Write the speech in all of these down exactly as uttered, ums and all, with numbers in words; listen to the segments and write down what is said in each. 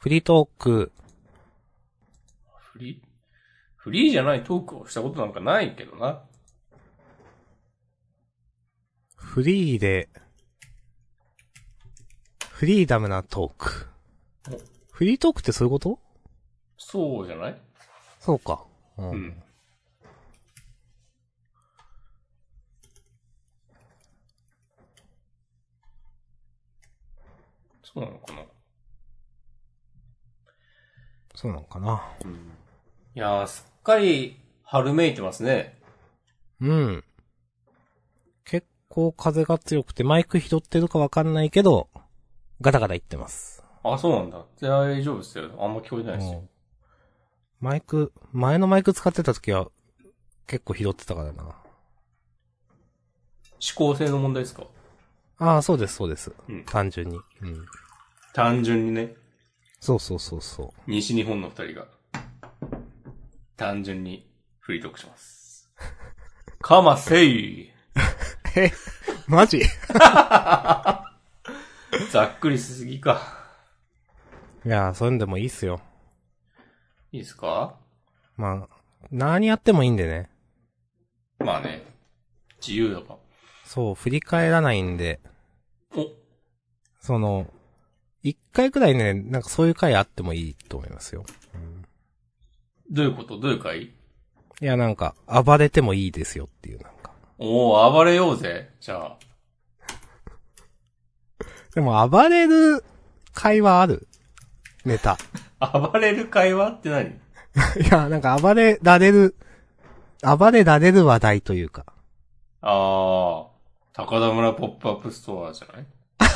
フリートーク。 フリーフリーじゃないトークをしたことなんかないけどな。 フリーで、フリーダムなトーク。フリートークってそういうこと？ そうじゃない？ そうか。うん。うん、 そうなのかな。 そうなのかな。 うん、いやー、すっかり春めいてますね。 うん。結構風が強くてマイク拾ってるかわかんないけど、ガタガタ言ってます。 あ、そうなんだ。大丈夫ですよ。あんま聞こえてないですよ。 マイク、前のマイク使ってた時は結構拾ってたからな。 指向性の問題ですか？ ああ、そうです、そうです。 うん。 単純に。うん。 単純にね。 そうそうそうそう。 西日本の二人が、単純にフリートークします。かませいえ、マジざっくりしすぎか。 いやー、そういうのでもいいっすよ。 いいですか？ まあ、何やってもいいんでね。 まあね。自由だから。 そう、振り返らないんで。 おその、一回くらいね、なんかそういう回あってもいいと思いますよ。うん、 どういうことどういう回？ いや、なんか、暴れてもいいですよっていう、なんか。 おー、暴れようぜ。じゃあ。 でも、暴れる会話あるネタ。 暴れる会話って何？ いや、なんか暴れられる、暴れられる話題というか。 あー、高田村ポップアップストアじゃない？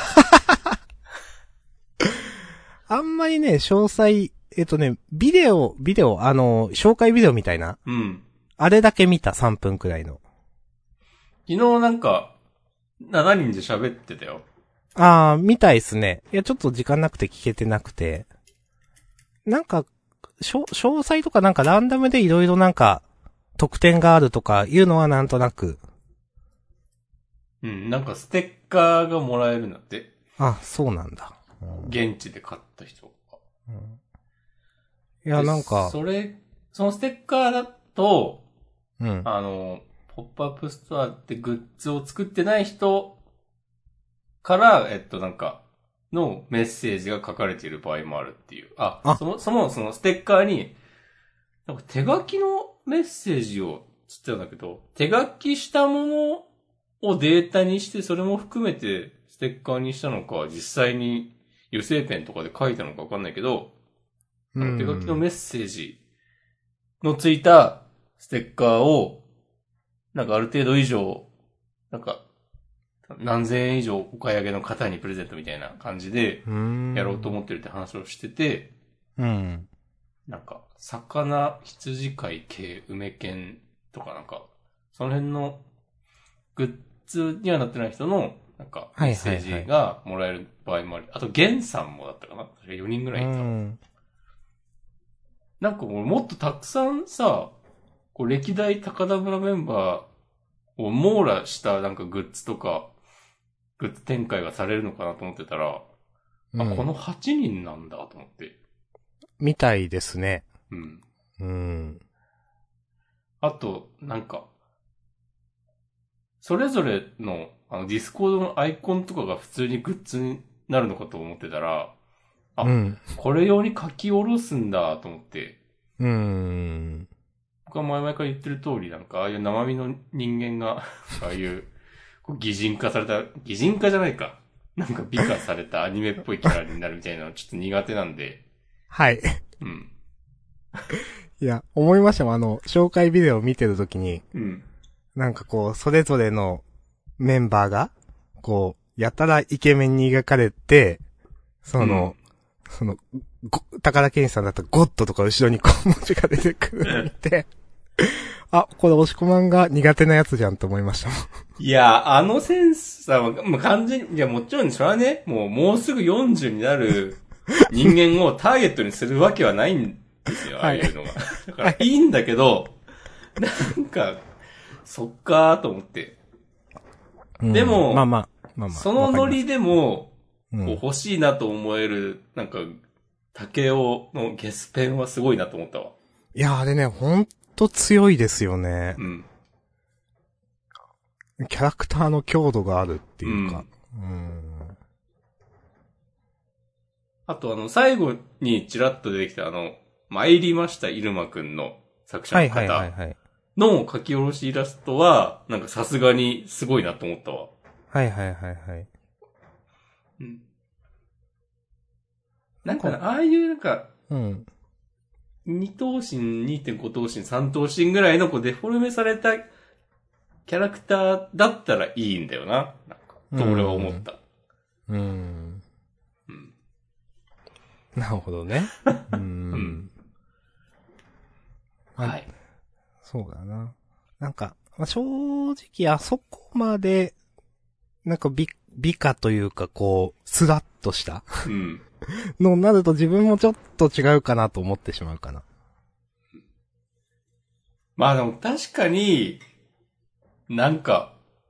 あんまりね、詳細、えっとね、ビデオ、ビデオ、あの、紹介ビデオみたいな。 うん。 あれだけ見たさんぷんくらいの。 昨日なんか、しちにんで喋ってたよ。 あー、見たいっすね。いや、ちょっと時間なくて聞けてなくて。なんか、詳細とかなんかランダムでいろいろなんか、特典があるとかいうのはなんとなく。 うん、なんかステッカーがもらえるんだって。 あ、そうなんだ。うん、 現地で買った人が。 うん、いや、なんか。 それ、そのステッカーだと、 うん。 あの、ポップアップストアってグッズを作ってない人から、えっとなんか、のメッセージが書かれている場合もあるっていう。あ、 あそもそもそのステッカーに、なんか手書きのメッセージをつってたんだけど、手書きしたものをデータにしてそれも含めてステッカーにしたのか、実際に油性ペンとかで書いたのかわかんないけど、なんか手書きのメッセージのついたステッカーを、なんかある程度以上、なんか何千円以上お買い上げの方にプレゼントみたいな感じで、やろうと思ってるって話をしてて、 うん。 なんか、魚、羊飼い系、梅犬とかなんか、その辺のグッズにはなってない人の、なんか、メッセージがもらえる場合もある。あと、ゲンさんもだったかな？よにんぐらいいた。うん、なんかもうもっとたくさんさ、こう歴代高田村メンバーを網羅したなんかグッズとか、グッズ展開がされるのかなと思ってたら、うん、あ、このはちにんなんだと思って。 みたいですね。 うん。 うん。 あと、なんか、それぞれの、あの、ディスコードのアイコンとかが普通にグッズになるのかと思ってたら、あ、うん、これ用に書き下ろすんだと思って。 うーん。 僕は前々から言ってる通り、なんか、ああいう生身の人間が、ああいう、こう擬人化された、擬人化じゃないか。なんか美化されたアニメっぽいキャラになるみたいなのちょっと苦手なんで。 はい。 うん。 いや、思いましたもん。あの、紹介ビデオを見てるときに、 うん。なんかこう、それぞれのメンバーが、こう、やたらイケメンに描かれて、その、うん、その、高田健さんだったらゴッドとか後ろにこう文字が出てくるのを見て、あ、これ押し込まんが苦手なやつじゃんと思いましたもん。 いや、あのセンスさ、もう完全に、いやもちろんそれはね、もうもうすぐよんじゅうになる人間をターゲットにするわけはないんですよ、ああいうのが。だからいいんだけど、なんか、そっかーと思って。 うん、 でも、 まあまあ、まあまあ、 そのノリでも、 うん、 こう欲しいなと思える、なんか、 竹雄のゲスペンはすごいなと思ったわ。 いや、あれね、ほんと強いですよね。 うん。 キャラクターの強度があるっていうか。うん。うんあとあの、最後にちらっと出てきたあの、参りました入間くんの作者の方。 はいはいはいはい。 の書き下ろしイラストは、なんかさすがにすごいなと思ったわ。 はいはいはいはい。 うん。なんか、ああいうなんか、 うん。 に頭身、にてんご頭身、さん頭身ぐらいのこうデフォルメされたキャラクターだったらいいんだよな。なんか、と俺は思った。 うん。うん。 うん。 なるほどね。うん。うん、 はい。 そうだな。なんか、まあ、正直あそこまで、なんか美、美化というかこう、スラッとした。 うん。 のになると自分もちょっと違うかなと思ってしまうかな。 まあでも確かに、なんか、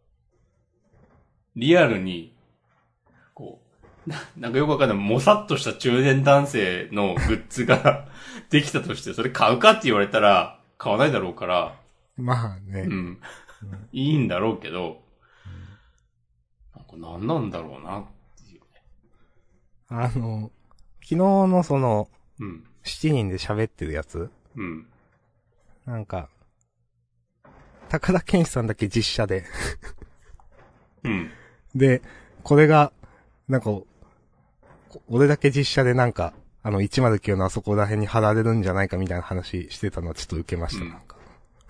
リアルに、こう、ななんかよくわかんない、もさっとした中年男性のグッズができたとして、それ買うかって言われたら、買わないだろうから、 まあね。 うん。いいんだろうけど、なんか何なんだろうなっていうね。 あの、昨日のその、 うん。 しちにんで喋ってるやつうん。 なんか、高田健志さんだけ実写でうん。 で、これが、なんか、俺だけ実写でなんか、あのいちまるきゅうのあそこら辺に貼られるんじゃないかみたいな話してたのはちょっと受けました、うん、なんか。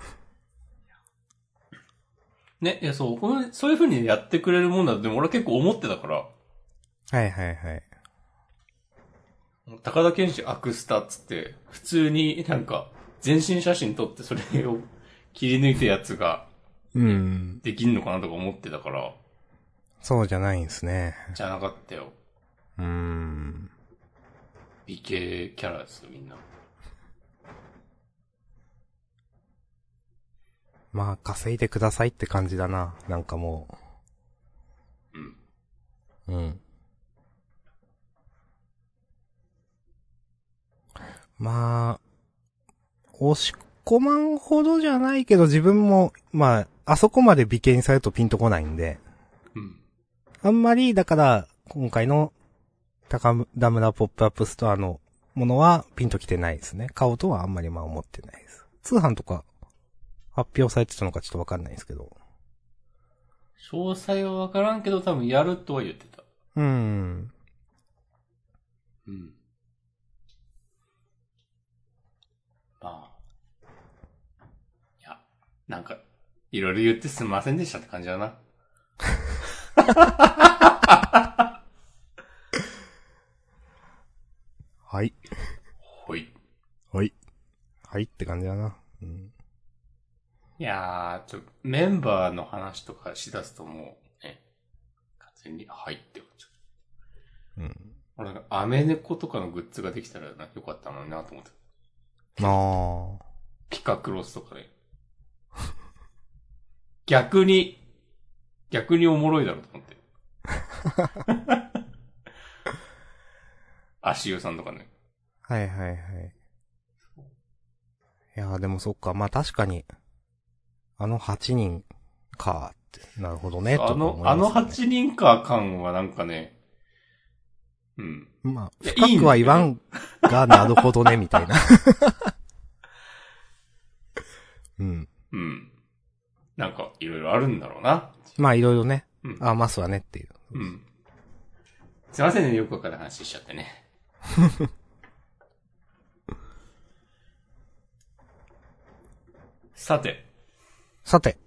ね、いや、そう、この、そういう風にやってくれるもんだと、でも俺は結構思ってたから。 はいはいはい。 高田健志アクスタっつって、普通になんか、全身写真撮ってそれを切り抜いたやつが、 うん。 できんのかなとか思ってたから。 そうじゃないんですね。 じゃなかったよ。 うーん。 美形キャラですよ、みんな。 まあ、稼いでくださいって感じだな。なんかもう。 うん。うん。まあ、押し込まんほどじゃないけど自分も、まあ、あそこまで美形にされるとピンとこないんで。 うん。 あんまり、だから、今回の高田村ポップアップストアのものはピンときてないですね。買おうとはあんまりまあ思ってないです。通販とか発表されてたのかちょっとわかんないですけど。 詳細はわからんけど多分やるとは言ってた。 うーん。 うん。まあ。いや、なんか、いろいろ言ってすみませんでしたって感じだな。 はい。 ほい。 はい。はいって感じだな。うん。 いやー、ちょ、メンバーの話とかしだすともう、ね、完全に、はいって思っちゃう。うん。俺なんか、アメ猫とかのグッズができたらな、よかったのになと思って。 ああ。 ピカクロスとかね。逆に、逆におもろいだろうと思って。足湯さんとかね。 はいはいはい。いやーでもそっか、まあ確かに、あのはちにんかって、なるほどね、 あの、 と思いますね、 あのはちにんか感はなんかね、うん。 まあ、深くは言わんが、なるほどね、みたいな。うん。 うん。なんか、いろいろあるんだろうな。 まあ、いろいろね。 うん。 あ、ますわねっていう。 うん。すいませんね、よくわかる話しちゃってね。さて。 さて。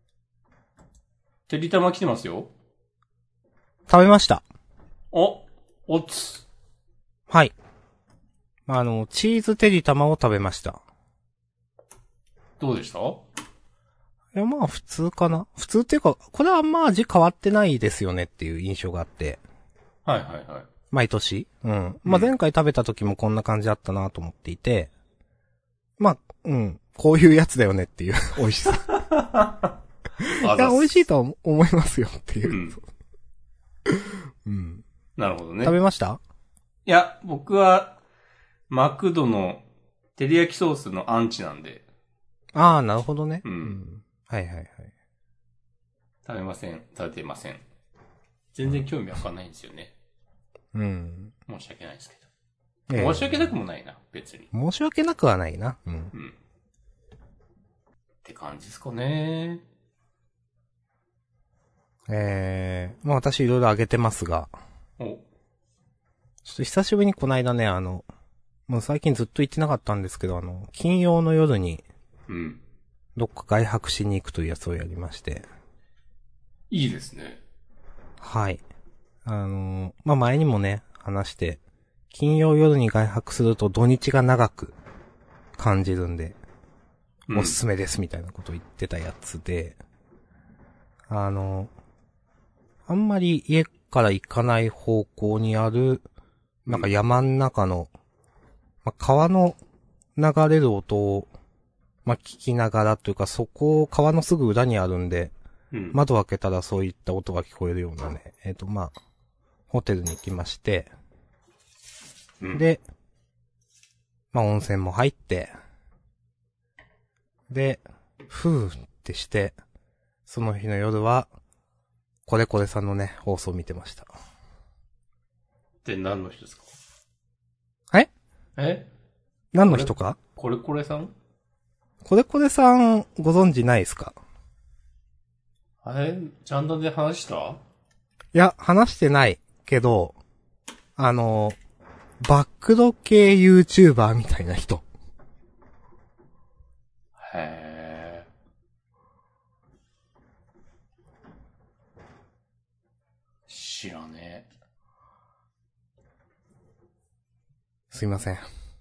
てりたま来てますよ。 食べました。 お、おつ。 はい。あの、チーズてりたまを食べました。 どうでした？いや、まあ普通かな。普通っていうか、これはまあ味変わってないですよねっていう印象があって。 はいはいはい。 毎年うん。まあ前回食べた時もこんな感じだったなと思っていて。まあ、うん。こういうやつだよねっていう美味しさ。いや、美味しいとは思いますよっていう。うん。うん、 なるほどね。 食べました？ いや、僕は、 マクドの照り焼きソースのアンチなんで。 ああ、なるほどね。 うん。 うん、はいはいはい。 食べません。食べてません。全然興味わかんないんですよね。 うん。 申し訳ないですけど。 えー、 申し訳なくもないな、別に。 申し訳なくはないな。うん。うん。 って感じですかね。 えー、まあ私いろいろあげてますが。 お。 ちょっと久しぶりにこの間ね、あの、もう最近ずっと行ってなかったんですけど、あの、金曜の夜に、 うん。 どっか外泊しに行くというやつをやりまして。 いいですね。 はい。あの、まあ前にもね、話して、金曜夜に外泊すると土日が長く感じるんで、 うん、 おすすめですみたいなことを言ってたやつで、あの、あんまり家から行かない方向にある、なんか山ん中の、まあ、川の流れる音を、まあ、聞きながらというか、そこを川のすぐ裏にあるんで、 うん、 窓を開けたらそういった音が聞こえるようなね、えっ、ー、と、まあ、ホテルに行きまして、 うん、 で、まあ、温泉も入って、で、ふーってして、その日の夜は、これこれさんのね、放送を見てました。 で、何の人ですか？ ええ何の人か？ これこれさん？ これこれさんご存知ないですか？ えジャンダンで話した？ いや、話してないけど、あの、バックド系 YouTuber みたいな人。 へー。知らねえ。 すいません。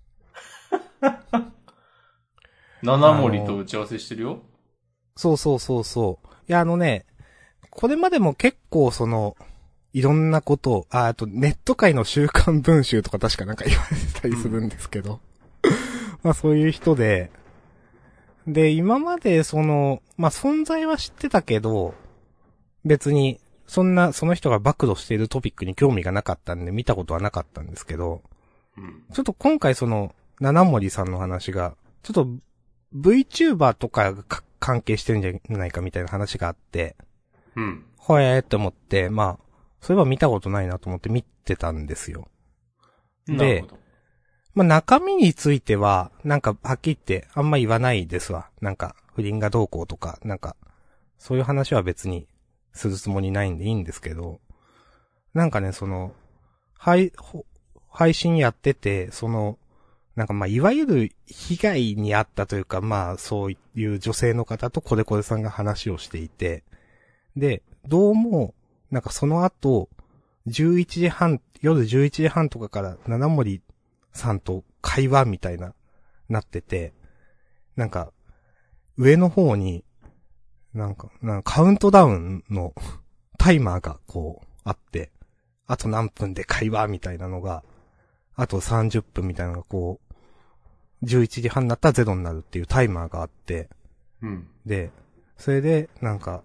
七森と打ち合わせしてるよ。 そうそうそうそう。いや、あのね、これまでも結構その、いろんなことを、あ、あとネット界の週刊文集とか確かなんか言われてたりするんですけど。うん、まあそういう人で、で、今までその、まあ存在は知ってたけど、別に、そんな、その人が暴露しているトピックに興味がなかったんで見たことはなかったんですけど、 うん、 ちょっと今回その、七森さんの話が、ちょっと VTuber とかが関係してるんじゃないかみたいな話があって、 うん。 ほえーって思って、まあ、そういえば見たことないなと思って見てたんですよ。で、まあ中身については、なんかはっきり言ってあんま言わないですわ。なんか不倫がどうこうとか、なんか、そういう話は別にするつもりないんでいいんですけど、なんかね、その、配、配信やってて、その、なんかまあ、いわゆる被害に遭ったというか、まあ、そういう女性の方とコデコデさんが話をしていて、で、どうも、なんかその後、じゅういちじはん、夜じゅういちじはんとかから七森さんと会話みたいな、なってて、なんか、上の方に、なんか、なんかカウントダウンのタイマーがこう、あって、あと何分で会話みたいなのが、あとさんじゅっぷんみたいなのがこう、じゅういちじはんになったらゼロになるっていうタイマーがあって、 うん。 で、それで、なんか、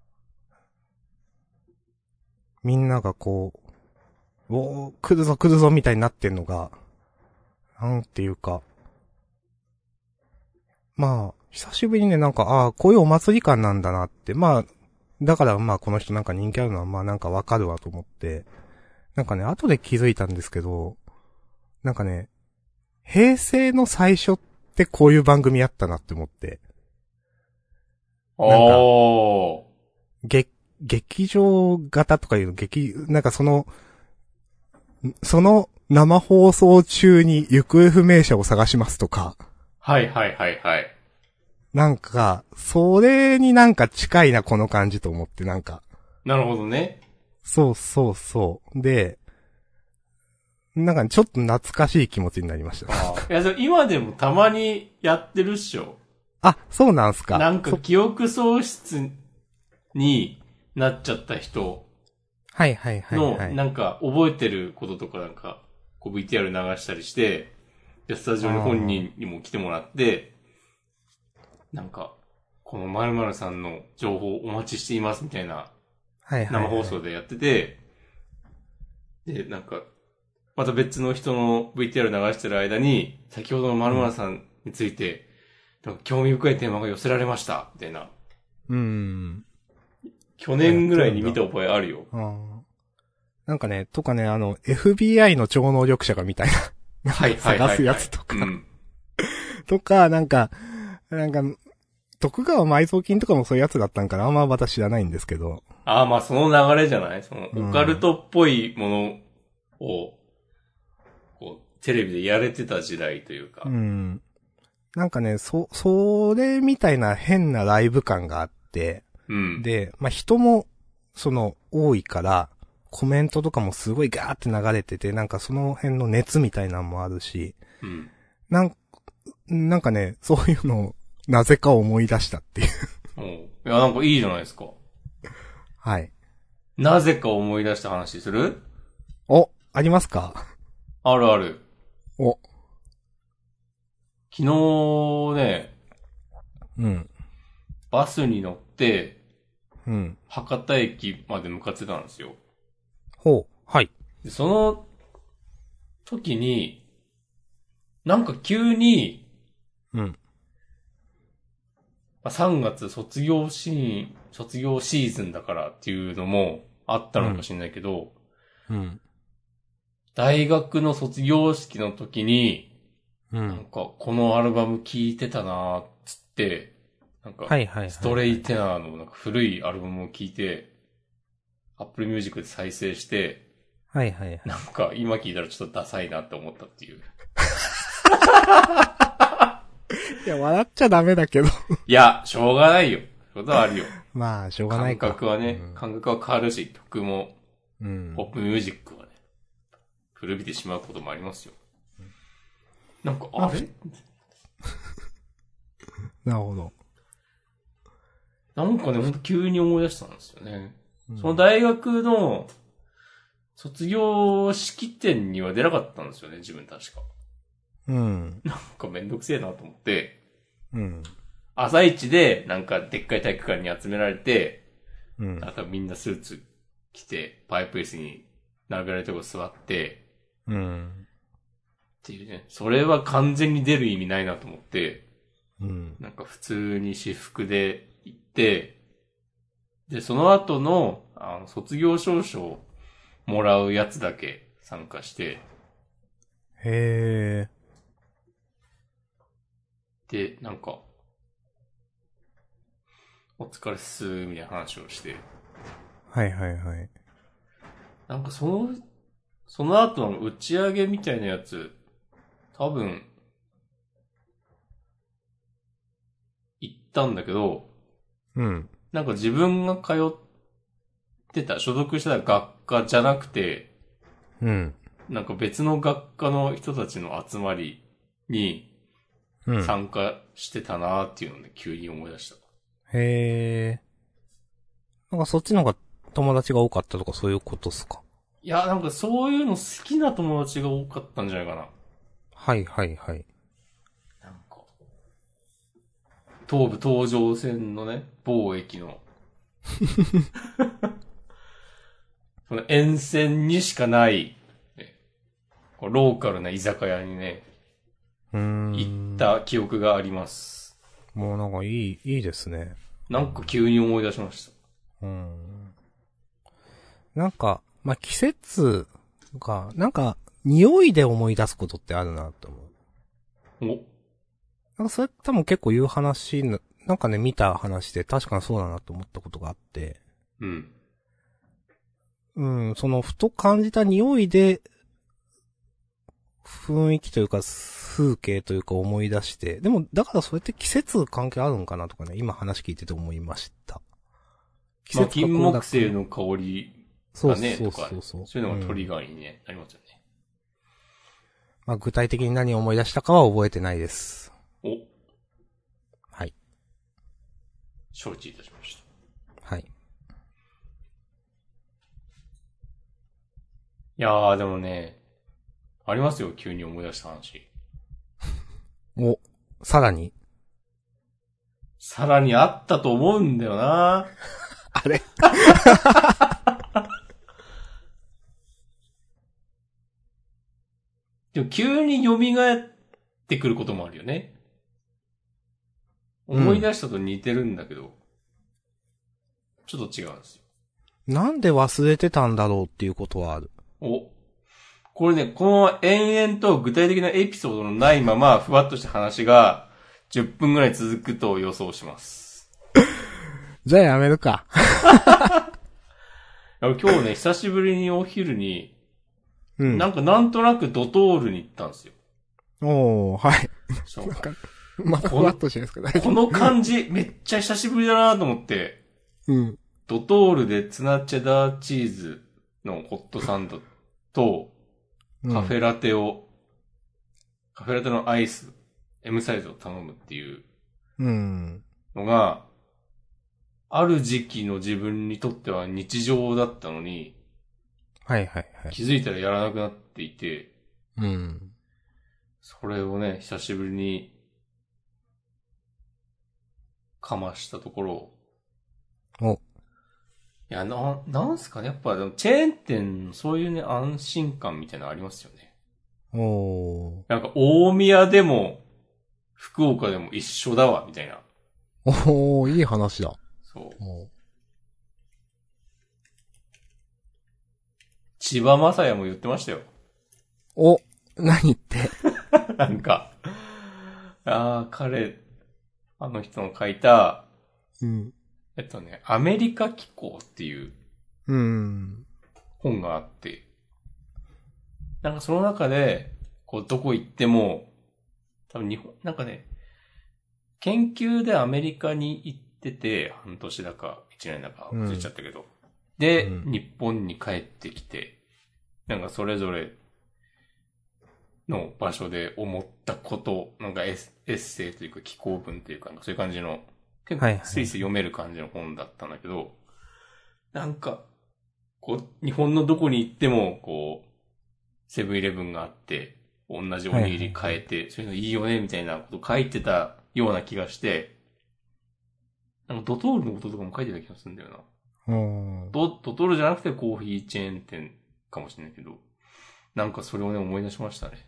みんながこう、おー、来るぞ来るぞみたいになってんのが、なんていうか、まあ、久しぶりにね、なんか、ああ、こういうお祭り感なんだなって、まあ、だからまあこの人なんか人気あるのはまあなんかわかるわと思って、なんかね、後で気づいたんですけど、なんかね、平成の最初ってこういう番組やったなって思って。なんか、げ、劇場型とかいうの、劇、なんかその、その生放送中に行方不明者を探しますとか。 はいはいはいはい。 なんか、それになんか近いなこの感じと思ってなんか。 なるほどね。 そうそうそう。で、なんかちょっと懐かしい気持ちになりました。 あいや、今でもたまにやってるっしょ。 あ、そうなんすか。 なんか記憶喪失になっちゃった人はいはいはいの、 はい。 なんか覚えてることとかなんか、こう ブイティーアール 流したりして、でスタジオに本人にも来てもらって、なんか、この〇〇さんの情報お待ちしていますみたいな、 はいはいはい。 生放送でやってて、で、なんか、 また別の人の ブイティーアール 流してる間に、先ほどの〇〇さんについて、なんか興味深いテーマが寄せられました、みたいな。 うん。 去年ぐらいに見た覚えあるよ。 あなんかね、とかね、あの、エフビーアイ の超能力者がみたいな。 はいはいはい、はい。 探すやつとか。 うん、 とか、なんか、なんか、徳川埋蔵金とかもそういうやつだったんかな。あんま私知らないんですけど。 ああ、まあその流れじゃないその、オカルトっぽいものを、こう、テレビでやれてた時代というか。 うん。なんかね、そ、それみたいな変なライブ感があって、 うん。 で、まあ、人も、その、多いから、コメントとかもすごいガーって流れてて、なんかその辺の熱みたいなのもあるし、 うん。 なん、なんかね、そういうのを、なぜか思い出したっていう。 おういや、なんかいいじゃないですか。 はい。 なぜか思い出した話する？ お、ありますか？ あるある。 お。 昨日ね、 うん。 バスに乗って、 うん。 博多駅まで向かってたんですよ。 ほう。はい。 でその時に、なんか急に、 うん。 さんがつ卒業シーン、卒業シーズンだからっていうのもあったのかもしれないけど、 うん。 大学の卒業式の時に、 うん。 なんかこのアルバム聴いてたなーっつって、なんか、 はいはいはいはい。 ストレイテナーのなんか古いアルバムを聴いて、Apple Music で再生して、 はいはいはい。 なんか今聴いたらちょっとダサいなって思ったっていう。 いや、笑っちゃダメだけど。 いや、しょうがないよ。ことはあるよ。 まあ、しょうがないか。 感覚はね、 うん、 感覚は変わるし、曲も、 うん。 ポップミュージックはね、古びてしまうこともありますよ。なんか、あれなるほど。 なんかね、ほんと急に思い出したんですよね。 うん、 その大学の卒業式典には出なかったんですよね、自分確か。 うん。 なんかめんどくせえなと思って、 うん。 朝一でなんかでっかい体育館に集められて、 うん。 あとみんなスーツ着て、パイプ椅子に並べられたとこ座って、 うん。 っていうね、それは完全に出る意味ないなと思って、 うん。 なんか普通に私服で行って、で、その後の、あの、卒業証書をもらうやつだけ参加して、 へで、なんか、お疲れっすーみたいな話をして、 ー。はいはいはい。 なんかその、その後の打ち上げみたいなやつ、多分、行ったんだけど、 うん。 なんか自分が通ってた、所属してた学科じゃなくて、 うん。 なんか別の学科の人たちの集まりにうん。 参加してたなーっていうので急に思い出した。 へー。なんかそっちの方が友達が多かったとかそういうことっすか？ いや、なんかそういうの好きな友達が多かったんじゃないかな。 はいはいはい。 なんか、東武東上線のね、某駅の、その沿線にしかない、ね、ローカルな居酒屋にね、 うーん。 行った記憶があります。 もうなんかいい、いいですね。 なんか急に思い出しました。 うん。なんか、まあ、季節が、なんか、匂いで思い出すことってあるなと思う。 お。 なんかそれ多分結構言う話な、なんかね、見た話で確かにそうだなと思ったことがあって。 うん。 うん、その、ふと感じた匂いで、雰囲気というか、風景というか思い出して。でも、だからそれって季節関係あるんかなとかね、今話聞いてて思いました。 季節まあ、金木犀の香りがね、 そうとか、 そうそうそういうのがトリガーに、ね、うん、なりますよね。 まあ、具体的に何を思い出したかは覚えてないです。 お。 はい。 承知いたしました。 はい。 いやー、でもね、ありますよ、急に思い出した話。 お、さらにさらにあったと思うんだよなあれでも急に蘇ってくることもあるよね。思い出したと似てるんだけど、うん、ちょっと違うんですよ。 なんで忘れてたんだろうっていうことはある。 お。これね、このまま延々と具体的なエピソードのないまま、ふわっとした話がじゅっぷんぐらい続くと予想します。 じゃあやめるか。 今日ね、久しぶりにお昼に、 うん、 なんかなんとなくドトールに行ったんですよ。 おー、はい。 そうなんか、またふわっとしてるんですか？ この感じ、めっちゃ久しぶりだなと思って、 うん。 ドトールでツナチェダーチーズのホットサンドと、カフェラテを、うん、カフェラテのアイス、M サイズを頼むっていうのが、ある時期の自分にとっては日常だったのに、 はいはいはい。 気づいたらやらなくなっていて、 うん。 それをね、久しぶりにかましたところ、 お。 いや、な、なんすかね。やっぱ、チェーン店、そういうね、安心感みたいなのありますよね。 おー。 なんか、大宮でも、福岡でも一緒だわ、みたいな。 おー、いい話だ。 そう。 お千葉雅也も言ってましたよ。 お、何って。 なんか、ああ、彼、あの人の書いた、 うん。 えっとね、アメリカ機構っていう、 うん。 本があって、なんかその中で、こう、どこ行っても、多分日本、なんかね、研究でアメリカに行ってて、半年だか、一年だか、忘れちゃったけど。うん、で、うん、日本に帰ってきて、なんかそれぞれの場所で思ったこと、なんかエッ、エッセイというか、寄稿文というか、そういう感じの、結構スイスイ読める感じの本だったんだけど、はいはい、なんか、こう、日本のどこに行っても、こう、セブンイレブンがあって、同じおにぎり変えて、はいはいはい、そういうのいいよね、みたいなこと書いてたような気がして、なんかドトールのこととかも書いてた気がするんだよな。ド、ドトールじゃなくてコーヒーチェーン店かもしれないけど、なんかそれをね、思い出しましたね。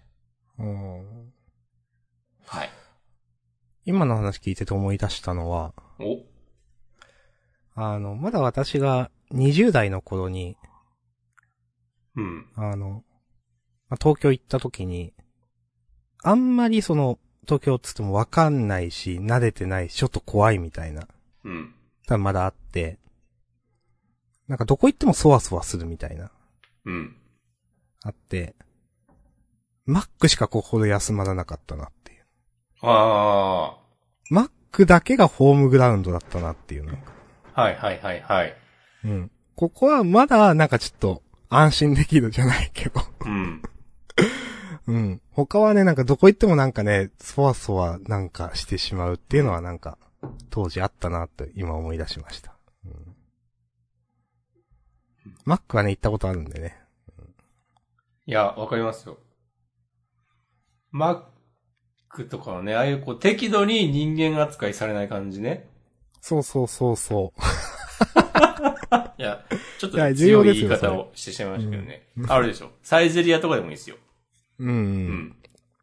はい。 今の話聞いてて思い出したのは、 おあの、まだ私がにじゅう代の頃に、 うん。 あの、東京行った時に、あんまりその、東京っつってもわかんないし、慣れてないし、ちょっと怖いみたいな。 うん。 多分まだあって、なんかどこ行ってもそわそわするみたいな。 うん。 あって、マックしか心休まらなかったなっていう。 ああ。 マックだけがホームグラウンドだったなっていうの。 はいはいはいはい。 うん。ここはまだなんかちょっと安心できるじゃないけど。 うん。 うん。他はね、なんかどこ行ってもなんかね、そわそわなんかしてしまうっていうのはなんか、当時あったなって今思い出しました。うん。マックはね、行ったことあるんでね。 うん、いや、わかりますよ。マックとかのね、ああいうこう適度に人間扱いされない感じね。 そうそうそうそう。 いや、ちょっと強い言い方をしてしまいましたけどね。うん、あるでしょ。サイゼリアとかでもいいですよ。 うん、うん。うん。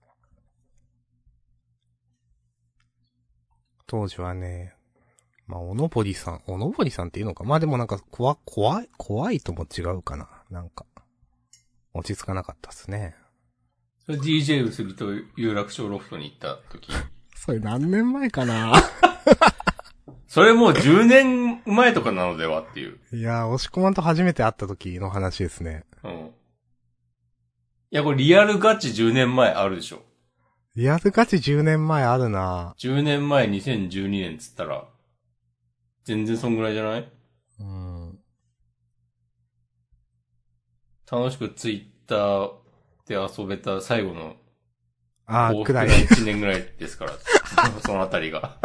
当時はね、まあ、おのぼりさん、おのぼりさんっていうのか。まあでもなんか、怖、怖い、怖いとも違うかな。なんか、落ち着かなかったっすね。 それ ディージェー 薄木と有楽町ロフトに行った時。 それ何年前かなそれもうじゅうねんまえとかなのではっていう。 いやー、押し込まんと初めて会った時の話ですね。 うん。いや、これリアルガチじゅうねんまえあるでしょ。 リアルガチじゅうねんまえあるな。 じゅうねんまえにせんじゅうにねんつったら、全然そんぐらいじゃない？ うん。 楽しくツイッターで遊べた最後の、 ああ、くらい。 いちねんぐらいですから、そのあたりが。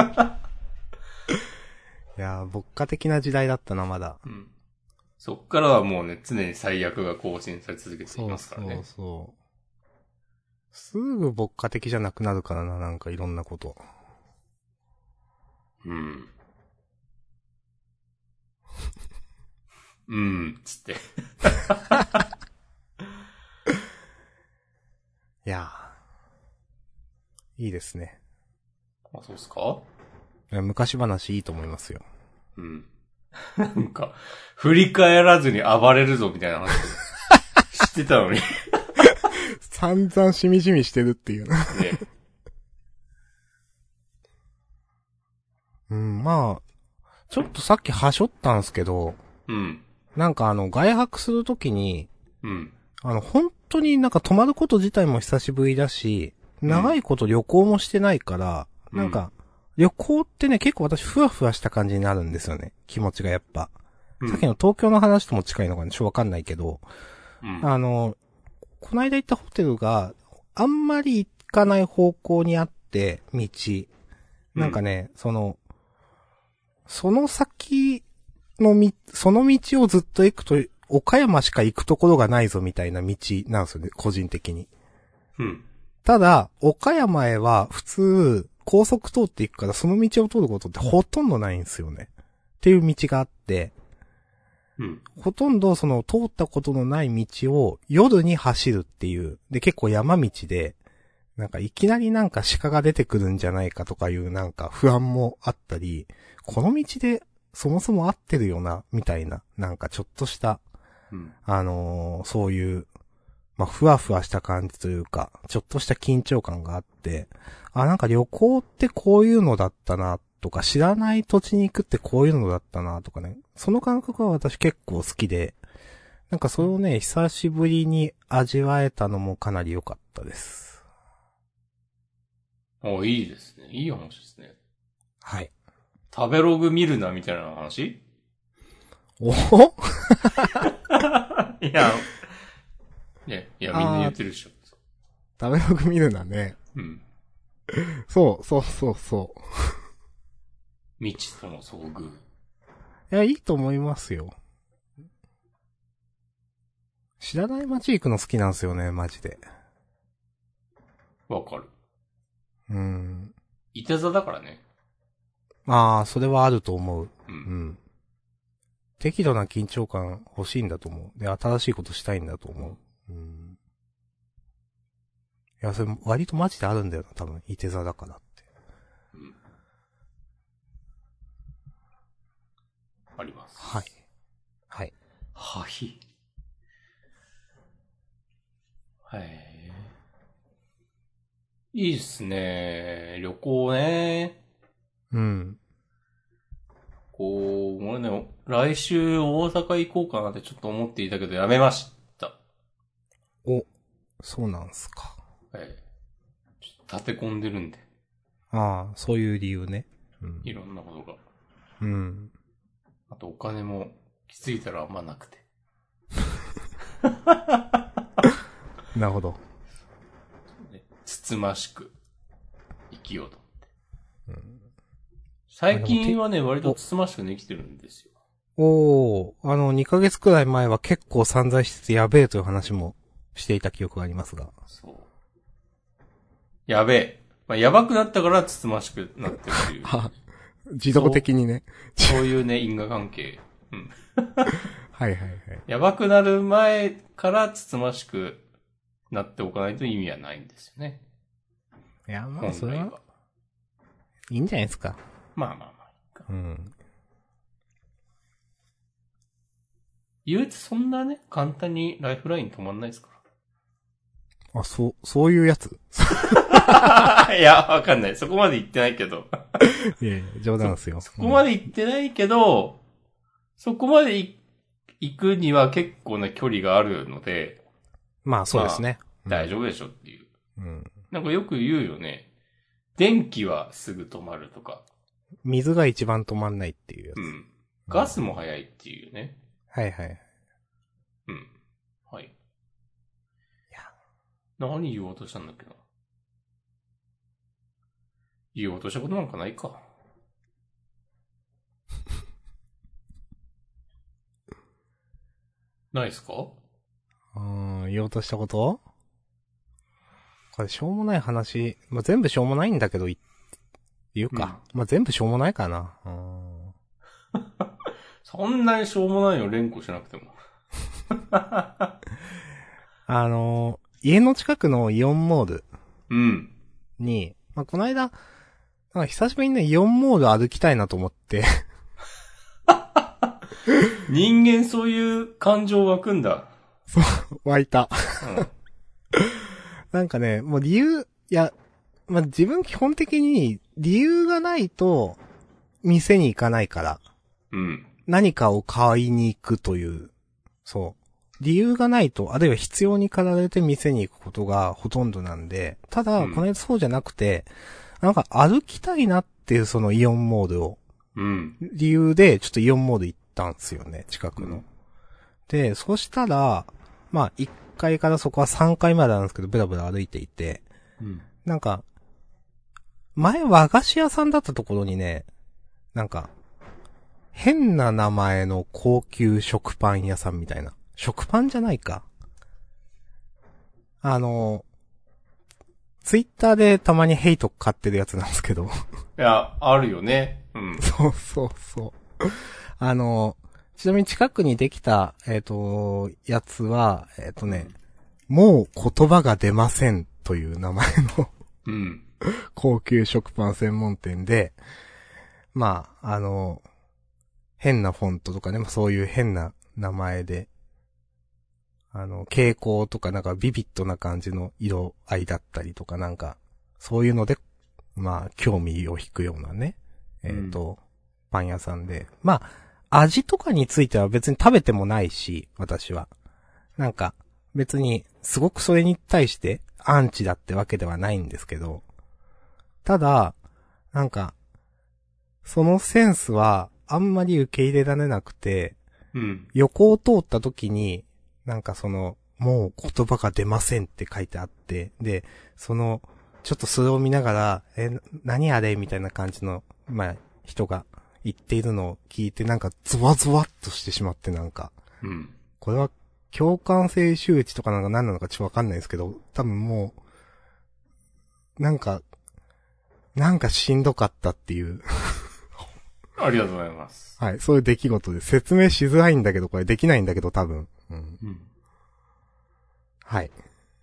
いやー、牧歌的な時代だったな、まだ。 うん。そっからはもうね、常に最悪が更新され続けていますからね。 そうそうそう。すぐ牧歌的じゃなくなるからな、なんかいろんなこと。 うん。うん、つって。 いいやー、いいですね。 あ、そうっすか？ いや昔話いいと思いますよ。 うん。なんか、振り返らずに暴れるぞみたいな話知ってたのに。ね。 散々しみじみしてるっていうね。うん、まあ、ちょっとさっきはしょったんすけど、 うん。 なんかあの、外泊するときに、 うん。 あの、本当になんか泊まること自体も久しぶりだし、長いこと旅行もしてないから、 うん、 なんか、旅行ってね、結構私ふわふわした感じになるんですよね。気持ちがやっぱ。 うん、 さっきの東京の話とも近いのかね、ちょっとわかんないけど、 うん、 あの、この間行ったホテルがあんまり行かない方向にあって、道。なんかね、その、その先のみ、その道をずっと行くと、岡山しか行くところがないぞみたいな道なんですよね、個人的に。 うん。 ただ、岡山へは普通、高速通っていくからその道を通ることってほとんどないんですよね。っていう道があって、 うん。 ほとんどその通ったことのない道を夜に走るっていう。で、結構山道で、なんかいきなりなんか鹿が出てくるんじゃないかとかいうなんか不安もあったり、この道でそもそも合ってるよな、みたいな、なんかちょっとした、 うん。 あのー、そういう、まあ、ふわふわした感じというか、ちょっとした緊張感があって、あ、なんか旅行ってこういうのだったな、とか、知らない土地に行くってこういうのだったな、とかね。その感覚は私結構好きで、なんかそれをね、久しぶりに味わえたのもかなり良かったです。 あ、いいですね。いい話ですね。 はい。 食べログ見るなみたいな話？ おほいや、ね、いや、みんな言ってるでしょ。 食べログ見るなね。 うん。 そう、そうそうそう。 未知との遭遇。 いや、いいと思いますよ。知らない街行くの好きなんですよね、マジで。 わかる。 うん。 いて座だからね。 ああ、それはあると思う。 う。 うんん。適度な緊張感欲しいんだと思う。で、新しいことしたいんだと思う。うん。いや、それ割とマジであるんだよな、多分。いて座だからって。 うん。あります。 はい。はい。 はい。はい。いいっすね。旅行ね。 うん。 こう、俺ね、来週大阪行こうかなってちょっと思っていたけど、やめました。 お、そうなんすか。 はい。ちょっと立て込んでるんで。 ああ、そういう理由ね。うん。 いろんなことが。 うん。 あとお金も気づいたらあんまなくて。 なるほど。 ね、つつましく生きようと思って。 うん、 最近はね、割とつつましくできてるんですよ。 おー、あの、にかげつくらい前は結構散財しててやべえという話もしていた記憶がありますが。 そう。やべえ。まあ、やばくなったからつつましくなってるっていう。 は自動的にね。 そう、そういうね、因果関係。うん。 はいはいはい。 やばくなる前からつつましくなっておかないと意味はないんですよね。 いや、まあ、それは、 本来は。 いいんじゃないですか。 まあまあまあ。 うん。 言うてそんなね、簡単にライフライン止まんないですかあ、そう、そういうやつら。いや、わかんない。そこまで言ってないけど。 いやいや、冗談ですよ。 そこまで言ってないけど、そこまで行くには結構な距離があるので、 うん、まあ、そうですね。 まあ、大丈夫でしょっていう。 うん。 なんかよく言うよね。電気はすぐ止まるとか。 水が一番止まんないっていうやつ。 うん。ガスも早いっていうね。 はいはい。 うん。はい。いや。 何言おうとしたんだっけな。言おうとしたことなんかないか。ないっすか？ うーん、言おうとしたことこれしょうもない話、まあ、全部しょうもないんだけど、言うか。うん、まあ、全部しょうもないかな。うーんそんなにしょうもないの連呼しなくても。 あの家の近くのイオンモールうん。 に、まあ、この間、なんか久しぶりにね、イオンモール歩きたいなと思って。 人間そういう感情湧くんだ。 そう、湧いた。 うん。 なんかね、もう理由、いや、まあ、自分基本的に理由がないと、店に行かないから、 うん。 何かを買いに行くという、そう。理由がないと、あるいは必要に駆られて店に行くことがほとんどなんで、ただ、 うんこの間そうじゃなくて、なんか歩きたいなっていうそのイオンモールを、 うん。 理由で、ちょっとイオンモール行ったんですよね、近くの。 うん。 で、そしたら、まあ、いっかいからそこはさんかいまであるんですけど、ブラブラ歩いていて、 うん。 なんか、前和菓子屋さんだったところにね、なんか、変な名前の高級食パン屋さんみたいな。食パンじゃないか。あの、ツイッターでたまにヘイト買ってるやつなんですけど。 いや、あるよね。うん。 そうそうそう。あの、ちなみに近くにできた、えっ、と、やつは、えっ、とね、もう言葉が出ませんという名前のうん。 高級食パン専門店で、まあ、あの、変なフォントとかね、まあそういう変な名前で、あの、蛍光とかなんかビビッドな感じの色合いだったりとかなんか、そういうので、まあ、興味を引くようなね、えっ、と、うん、パン屋さんで。まあ、味とかについては別に食べてもないし、私は。なんか、別に、すごくそれに対してアンチだってわけではないんですけど、ただ、なんか、そのセンスはあんまり受け入れられなくて、 うん。 横を通った時に、なんかその、もう言葉が出ませんって書いてあって、で、その、ちょっとそれを見ながら、え、何あれみたいな感じの、まあ、人が言っているのを聞いて、なんかゾワゾワっとしてしまってなんか、 うん。 これは共感性周知とかなんか何なのかちょっとわかんないですけど、多分もう、なんか、なんかしんどかったっていう。 ありがとうございます。 はい、そういう出来事で説明しづらいんだけど、これできないんだけど多分。うん。 うん。 はい。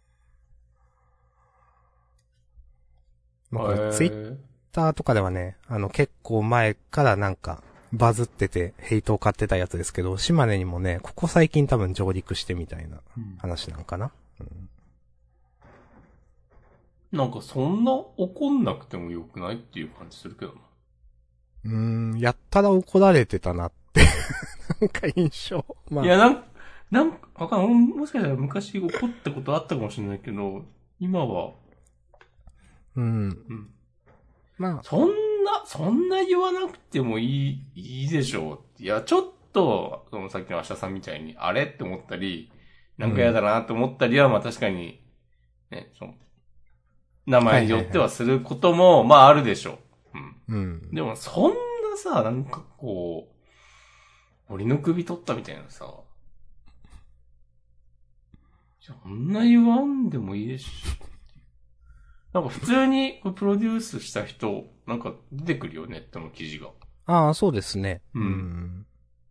まあ、こへれツイッターとかではね、あの結構前からなんかバズっててヘイトを買ってたやつですけど、島根にもね、ここ最近多分上陸してみたいな話なんかな。うん、 なんかそんな怒んなくてもよくないっていう感じするけどな。 うーん、やったら怒られてたなって。なんか印象。まあ。 いや、なん、なんか、わかんない。俺もしかしたら昔怒ったことあったかもしれないけど、今は、 うん。 うん。 まあ。 そんな、そんな言わなくてもいい、いいでしょう。いや、ちょっと、そのさっきの明日さんみたいに、あれって思ったり、なんか嫌だなって思ったりは、まあ確かに、ね、その、名前によってはすることも、まああるでしょう。うん。 うん。 でも、そんなさ、なんかこう、俺の首取ったみたいなさ、そんな言わんでもいいでしょ。なんか普通にプロデュースした人、なんか出てくるよ、ネットの記事が。 ああ、そうですね。 うん。 うん。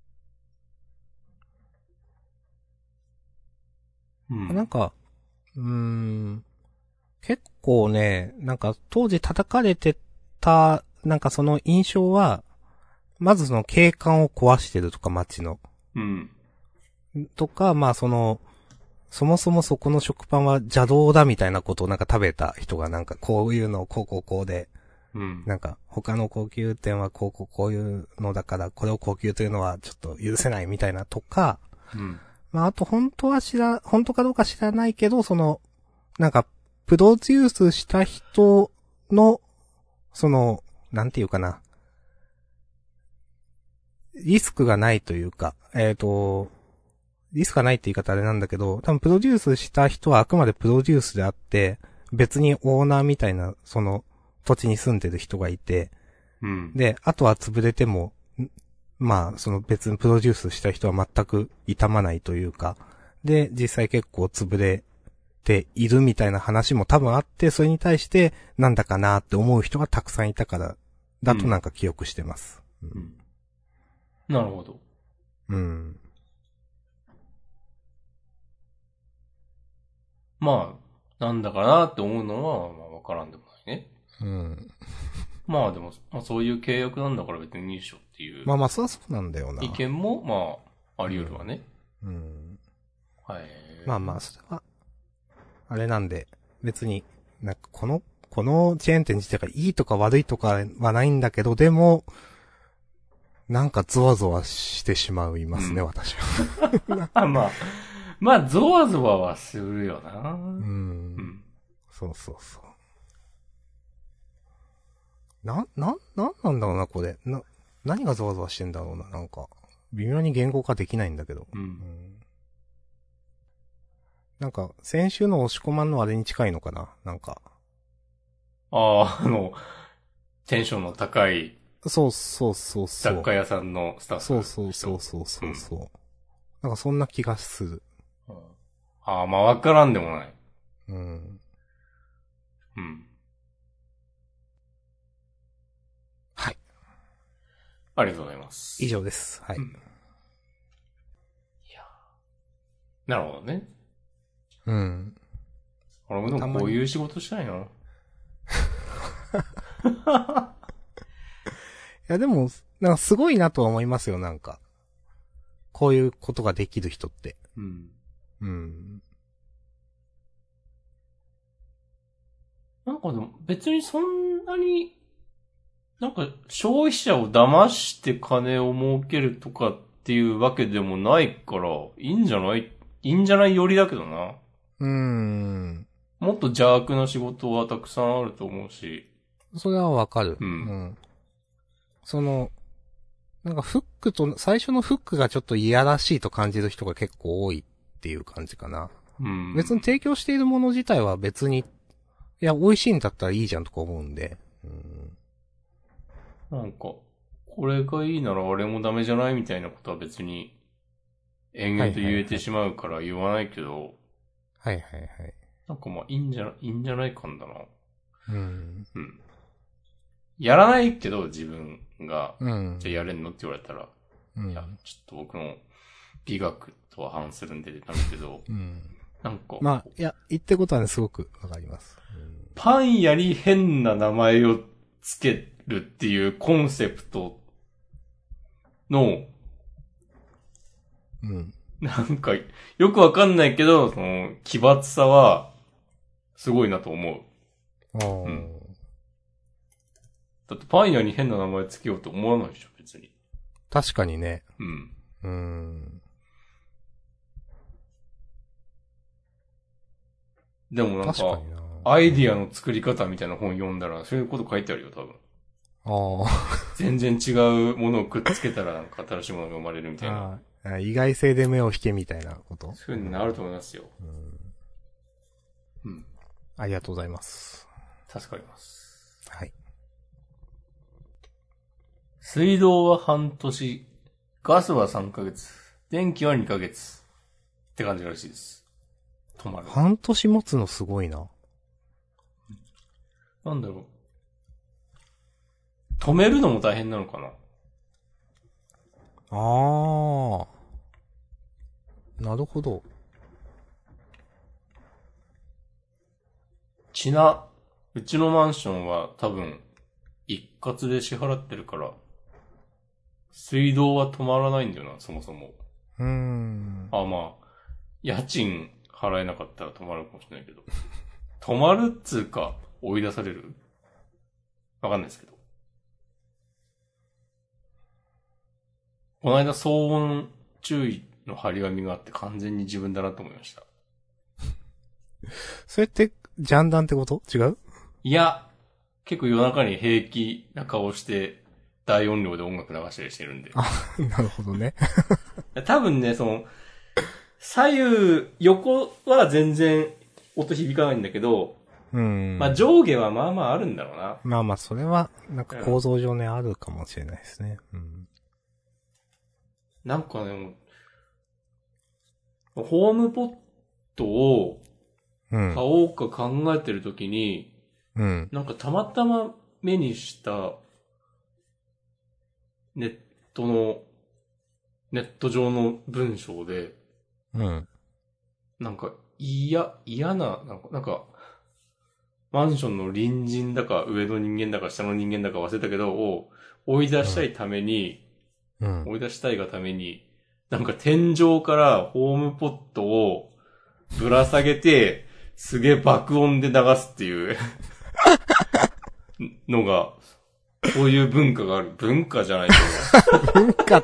うん、 なんか、うーん。結構ね、なんか当時叩かれてた、なんかその印象は、まずその景観を壊してるとか街の。 うん。 とか、まあその、そもそもそこの食パンは邪道だみたいなことをなんか食べた人がなんかこういうのをこうこうこうで、 うん。 なんか他の高級店はこうこうこういうのだからこれを高級というのはちょっと許せないみたいなとか、 うん。 まああと本当は知ら、本当かどうか知らないけど、その、なんかプロデュースした人の、その、なんていうかな、リスクがないというか、えっと、リスクがないって言い方あれなんだけど、多分プロデュースした人はあくまでプロデュースであって、別にオーナーみたいな、その、土地に住んでる人がいて、 うん。 で、あとは潰れても、まあ、その別にプロデュースした人は全く痛まないというか、で、実際結構潰れているみたいな話も多分あって、それに対してなんだかなって思う人がたくさんいたから、だとなんか記憶してます。 うん。うん、なるほど。 うん。 まあ、なんだかなって思うのは、まあわからんでもないね。 うん。 まあでも、まあそういう契約なんだから別にいいでしょっていうまあまあ、そりゃそうなんだよな。 意見も、まあ、あり得るわね。 うん。 はい。 まあまあ、それは、あれなんで、別に、なんかこの、このチェーン店自体がいいとか悪いとかはないんだけど、でも、なんかゾワゾワしてしまいますね、 うん私は。 あまあ、まあ、ゾワゾワはするよな。 うん。 うん。 そうそうそう。な、な、なんなんだろうな、これ。な、何がゾワゾワしてんだろうな、なんか。微妙に言語化できないんだけど。 うん。 うんなんか、先週の押し込まんのあれに近いのかななんか。 ああ、あの、テンションの高いそうそうそうそう。 雑貨屋さんのスタッフ。 そうそうそうそうそうそう。うん、なんかそんな気がする。 うん、ああ、まあわからんでもない。 うん。 うん。 はい。 ありがとうございます。 以上です。はい。うん、 いやなるほどね。 うん。 俺もでもこういう仕事したいな。いやでも、なんかすごいなとは思いますよ、なんか。こういうことができる人って。 うん。 うん。 なんかでも別にそんなに、なんか消費者を騙して金を儲けるとかっていうわけでもないから、いいんじゃないいいんじゃないよりだけどな。 うーん。 もっと邪悪な仕事はたくさんあると思うし。 それはわかる。 うん。 うん。その、なんかフックと、最初のフックがちょっといやらしいと感じる人が結構多いっていう感じかな。 うん。 別に提供しているもの自体は別に、いや、美味しいんだったらいいじゃんとか思うんで。うん、 なんか、これがいいならあれもダメじゃないみたいなことは別に延々と言えてしまうから言わないけど、 はいはいはい。 なんかまあいいんじゃ、いいんじゃない感だな。 うん。 うん。やらないけど自分が、 うん。 じゃあやれんのって言われたら、 うん。 いや、ちょっと僕の美学とは反するんでダメけど、 うん。 なんか、 まあ、いや、言ってることはね、すごくわかります。うん、 パン屋に変な名前をつけるっていうコンセプトの、 うん。 なんか、よくわかんないけど、その、奇抜さは、すごいなと思う。 ああ、 うん。だってパン屋に変な名前つけようと思わないでしょ、別に。 確かにね。 うん。 うん。 でもなんか、 確かにな。 アイディアの作り方みたいな本読んだら、そういうこと書いてあるよ、多分。 あ全然違うものをくっつけたら、なんか新しいものが生まれるみたいな。 あ。意外性で目を引けみたいなことそういうのあると思いますよ。 うん。 うん。 ありがとうございます。 助かります。 はい。 水道は半年、ガスはさんかげつ、電気はにかげつって感じらしいです。止まる。 半年持つのすごいな。 なんだろう。止めるのも大変なのかな。 ああ。なるほど。 ちな、うちのマンションは多分、一括で支払ってるから、水道は止まらないんだよな、そもそも。 うーん。 あ、まあ、家賃払えなかったら止まるかもしれないけど。止まるっつうか、追い出されるわかんないですけど。この間騒音注意の張り紙があって完全に自分だなと思いました。 それって、ジャンダンってこと違う？ いや、結構夜中に平気な顔して大音量で音楽流したりしてるんで。 あ、なるほどね。 多分ね、その、左右、横は全然音響かないんだけど、 うん。 まあ上下はまあまああるんだろうな。 まあまあ、それは、なんか構造上ね、うん、あるかもしれないですね。うん。 なんかね、ホームポットを買おうか考えてるときに、 うん。 なんかたまたま目にしたネットの、ネット上の文章で、 うん。 なんか嫌、嫌な、なんか、なんか、マンションの隣人だか、上の人間だか、下の人間だか忘れたけど、を追い出したいために、 うん。 追い出したいがために、なんか天井からホームポットをぶら下げて、すげえ爆音で流すっていうのが、そういう文化がある。文化じゃないけど。 文化って。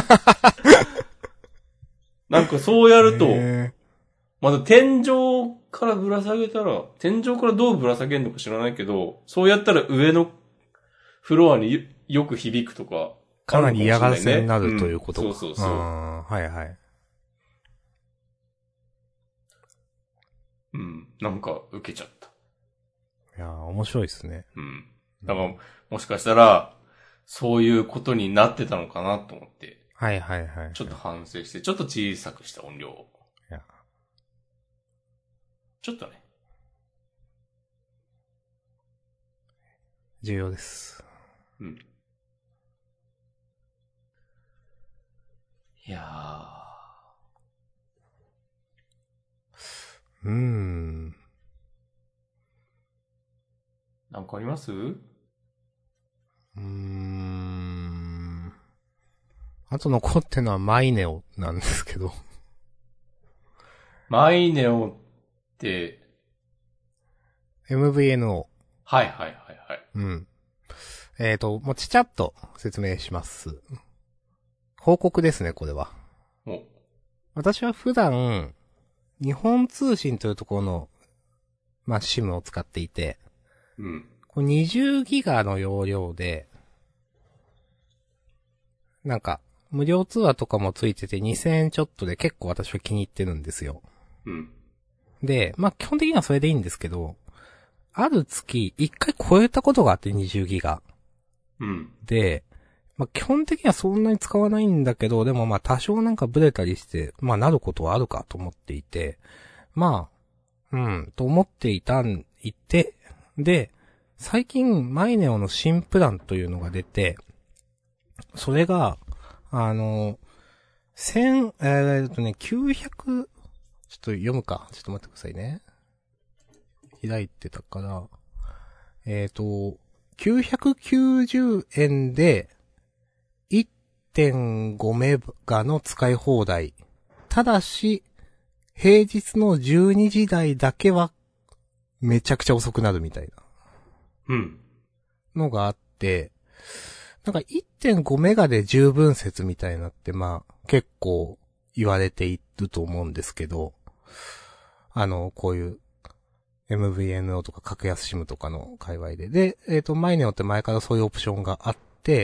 なんかそうやると、 へまだ天井からぶら下げたら、天井からどうぶら下げるのか知らないけど、そうやったら上のフロアによよく響くとか、 かなり嫌がらあるのかもしれないねせになるということか。 うん、そうそうそう。 あーはいはい。 うん。なんか受けちゃった。 いやー、面白いですね。 うん。だから、もしかしたら、そういうことになってたのかなと思って、 はいはいはい。 ちょっと反省して、ちょっと小さくした音量を。 いやちょっとね。 重要です。 うん。いやうーん。 ー。なんかあります？ うーん。あと残ってのはマイネオなんですけど。 マイネオって、 エムブイエヌオー。 はいはいはいはい。 うん。えっ、ー、と、もうちちゃっと説明します。報告ですね、これは。 お、 私は普段、日本通信というところの、まあ、シムを使っていて、 うん。 これにじゅうギガの容量で、なんか、無料通話とかもついててにせんえんちょっとで結構私は気に入ってるんですよ。 うん。 で、まあ基本的にはそれでいいんですけど、ある月いっかい超えたことがあってにじゅうギガ。 うん。 で、まあ基本的にはそんなに使わないんだけど、でもまあ多少なんかブレたりして、まあなることはあるかと思っていて、まあ、うん、と思っていたん、いて、で、最近マイネオの新プランというのが出て、それが、あの、千、えーっとね、きゅうひゃく、ちょっと読むか。ちょっと待ってくださいね。開いてたから、えっ、と、きゅうひゃくきゅうじゅうえんで いってんご メガの使い放題。ただし、平日のじゅうにじ台だけはめちゃくちゃ遅くなるみたいなうん。 のがあって、なんか いってんご メガで十分説みたいなってまあ結構言われていると思うんですけど、あの、こういう エムブイエヌオー とか格安シムとかの界隈で。で、えっ、と、マイネオって前からそういうオプションがあって、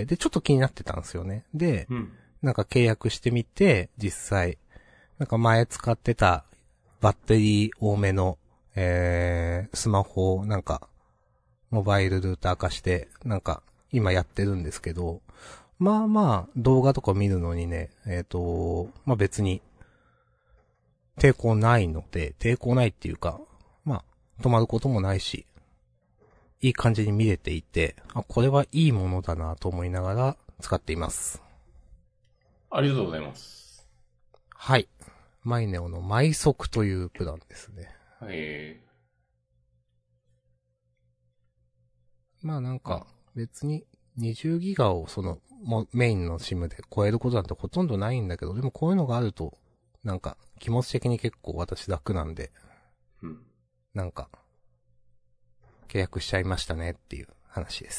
で、ちょっと気になってたんですよね。で、 うん。 なんか契約してみて、実際、なんか前使ってたバッテリー多めの、えー、スマホをなんか、モバイルルーター化して、なんか、今やってるんですけど、まあまあ、動画とか見るのにね、えっ、と、まあ別に、抵抗ないので、抵抗ないっていうか、まあ、止まることもないし、いい感じに見れていて、あ、これはいいものだなと思いながら使っています。 ありがとうございます。 はい。マイネオの毎速というプランですね。 えまあなんか、別ににじゅうギガをその、もメインの シム で超えることなんてほとんどないんだけど、でもこういうのがあると、なんか、気持ち的に結構私楽なんで、 ー、うん。 なんか、契約しちゃいましたねっていう話です。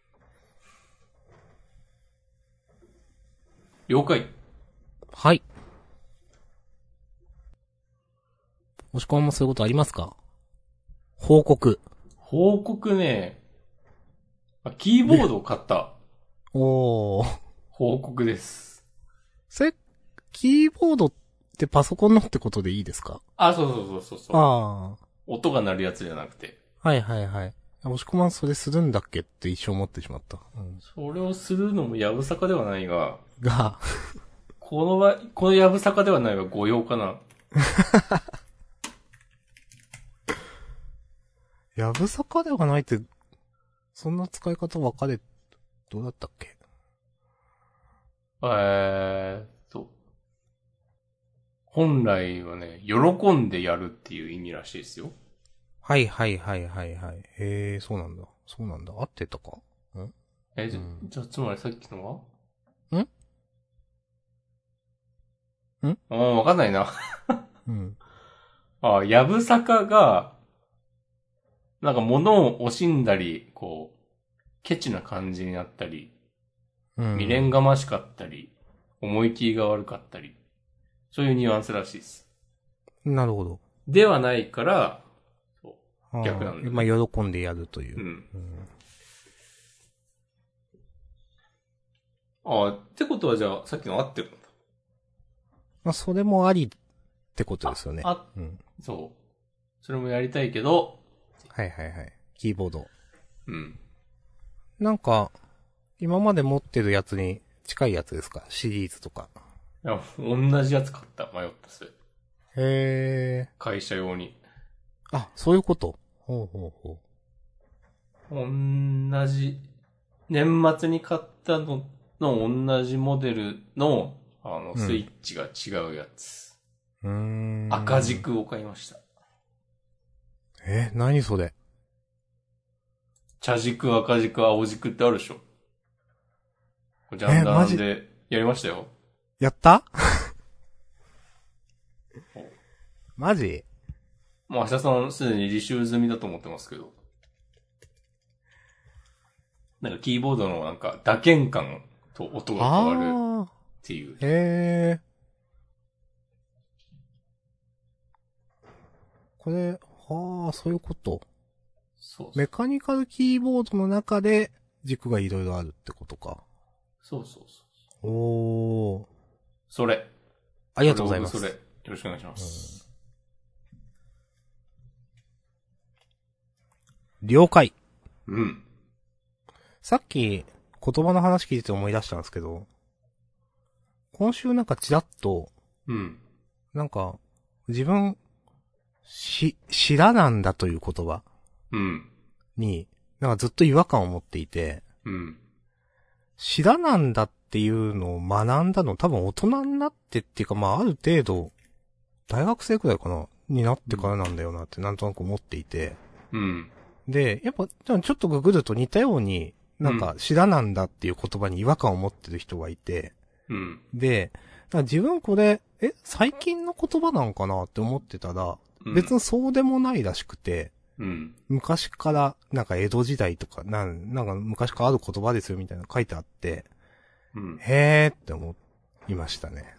了解。 はい。押し込みもそういうことありますか？報告。 報告ね、あキーボードを買ったおー。 報告です。 それ、キーボードってパソコンのってことでいいですか？ あ、そうそうそうそうそう。 あ音が鳴るやつじゃなくて。 あ。はいはいはい。押し込まんそれするんだっけって一生思ってしまった。うん、 それをするのもやぶさかではないが、 が、 この場、このやぶさかではないが誤用かな。 やぶさかではないって、そんな使い方分かれ、どうだったっけ？ えーっと。 本来はね、喜んでやるっていう意味らしいですよ。 はいはいはいはいはい。へえ、そうなんだ。そうなんだ。合ってたかんえ、じゃ、 うん、 じゃあつまりさっきのんんはああ、わかんないな。 うん。 ああ、やぶさかが、なんか物を惜しんだり、こう、ケチな感じになったり、 う未練ん。 がましかったり、思い切りが悪かったり、そういうニュアンスらしいです。 なるほど。 ではないから、そう逆なああ、まんだよね。 あ、喜んでやるという。 うん。 うん、 ああ、ってことはじゃあ、さっきの合ってるんだ。 まあ、それもありってことですよね。 あ、 うん。 そう。それもやりたいけど、 はいはいはい。キーボード。 うん。 なんか、今まで持ってるやつに近いやつですか？シリーズとか。 いや、同じやつ買った。迷ったそれ。 へえ。 会社用に。 あ、そういうこと。ほうほうほ同じ、年末に買ったのの同じモデルの、あの、 う。うん。 スイッチが違うやつ。 うーん。 赤。軸を買いました。 え、何それ？ 茶軸、赤軸、青軸ってあるでしょ。ジャンえ、マジ、 ダンでやりましたよ。 やったマジ？ もう明日さんすでに履修済みだと思ってますけど。なんかキーボードのなんか打鍵感と音が変わるあっていう。 あ。へえ。これ、はあ、そういうこと。 そうそう。 メカニカルキーボードの中で軸がいろいろあるってことか。 そうそうそう。 おー。 それ。 ありがとうございます。 それ、よろしくお願いしまうん、 す。 了解。 うん。 さっき言葉の話聞いてて思い出したんですけど、今週なんかちらっと、 うん。 なんか、自分、し、知らなんだという言葉うん。 に、なんかずっと違和感を持っていて、 うん。 知らなんだっていうのを学んだの多分大人になってっていうか、まあある程度、大学生くらいかなになってからなんだよなってなんとなく思っていて。 うん。 で、やっぱ、ちょっとググると似たように、なんか、知らなんだっていう言葉に違和感を持ってる人がいて、 うん。 で、だから自分これ、え、最近の言葉なんかなって思ってたら、 うん。 別にそうでもないらしくて、 うん。 昔から、なんか江戸時代とか、なん、なんか昔からある言葉ですよみたいなの書いてあって、 うん。 へーって思いましたね。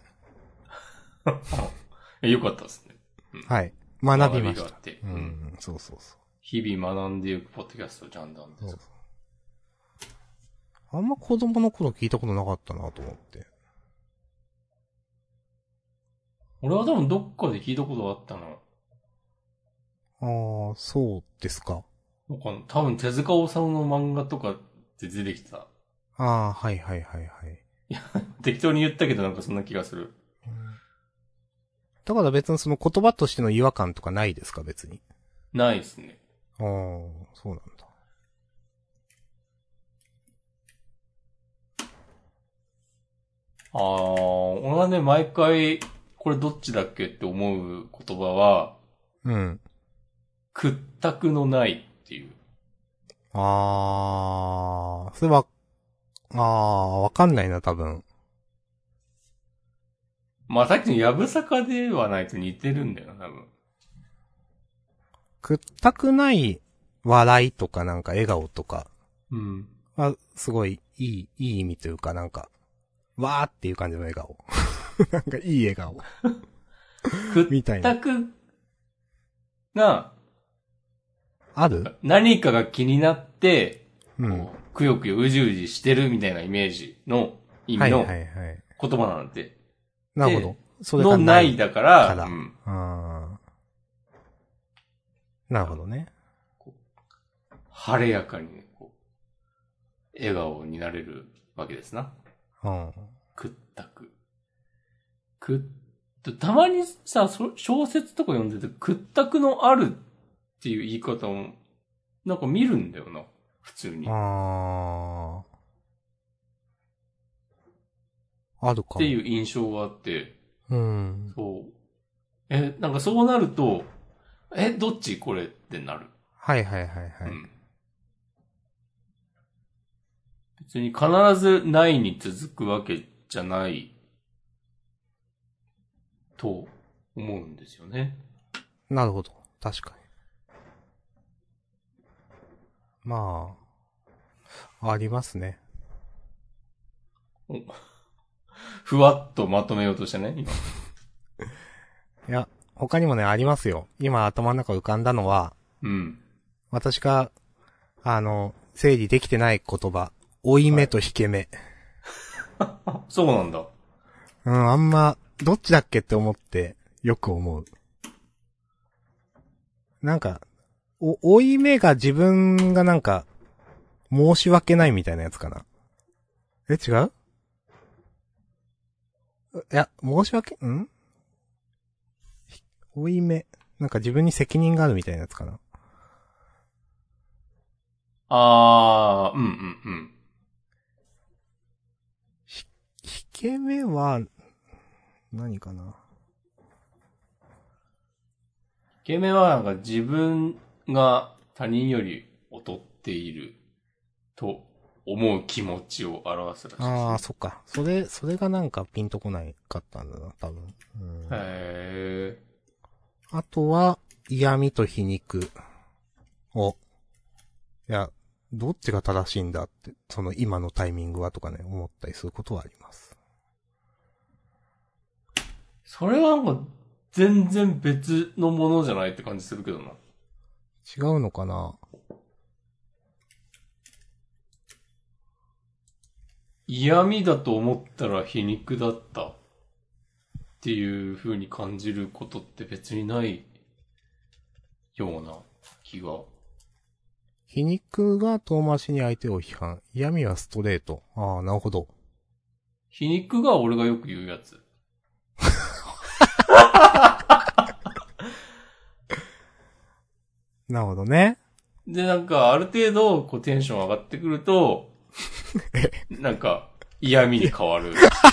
よかったですね。うん、 はい。学びました。 学びがあって。 ううん。 ん、そうそうそう。 日々学んでいくポッドキャストジャンダンです。 そうそう。あんま子供の頃聞いたことなかったなと思って。 俺は多分どっかで聞いたことあったな。 ああ、そうですか。 なんか多分手塚治虫の漫画とかで出てきた。 ああ、はいはいはいはい。 いや、適当に言ったけどなんかそんな気がする。 うん、だから別にその言葉としての違和感とかないですか、別に。 ないですね。 ああ、そうなんだ。 あー、俺はね、毎回、これどっちだっけって思う言葉は、 うん。 屈託のないっていう。 ああ、それは、ああ、わかんないな、多分。 まあさっきのやぶさかではないと似てるんだよな、多分。 くったくない笑いとかなんか笑顔とかうん。 は、すごいいい、いい意味というかなんか、わーっていう感じの笑顔。なんかいい笑顔。みたいな。 屈託が、 ある？ 何かが気になって、 うん。 こうくよくようじうじしてるみたいなイメージの意味のはいはいはい。 言葉なんで。 なるほど。それのがなないいだから、 から。 うん、 あー、なるほどね。 晴れやかに、ね、こう笑顔になれるわけですな。 うん。 屈託。くったまにさ、小説とか読んでて、屈託のあるっていう言い方を、なんか見るんだよな。普通に。っあー。あるかも。 ていう印象があって、 うん。 そう。 え、なんかそうなると、え、どっちこれってなる。 はいはいはいはい。 うん。別に必ずないに続くわけじゃないと思うんですよね。 なるほど。確かに。まあ、ありますね。 ふわっとまとめようとしてね、今。 いや、他にもね、ありますよ。今頭の中浮かんだのは、 うん。 私が、あの、整理できてない言葉。追い目と引け目。 あ、そうなんだ。 うん、あんま、どっちだっけって思って、よく思う。なんか、お、追い目が自分がなんか、申し訳ないみたいなやつかな。え、違ういや、申し訳、ん追い目。なんか自分に責任があるみたいなやつかな。 あー、うんうんうん。 ひ、引け目は、何かな。 イケメンはなんか自分が他人より劣っていると思う気持ちを表すらしいですね。 ああ、そっか。それ、それがなんかピンとこないかったんだな、多分。うん、 へあとは、嫌味と皮肉を、いや、どっちが正しいんだって、その今のタイミングはとかね、思ったりすることはあります。 ー。それはなんか全然別のものじゃないって感じするけどな。 違うのかな。 嫌味だと思ったら皮肉だったっていう風に感じることって別にないような気が。 皮肉が遠回しに相手を批判。嫌味はストレート。ああ、なるほど。 皮肉が俺がよく言うやつ。 なるほどね。 で、なんかある程度こうテンション上がってくると、なんか嫌味に変わる。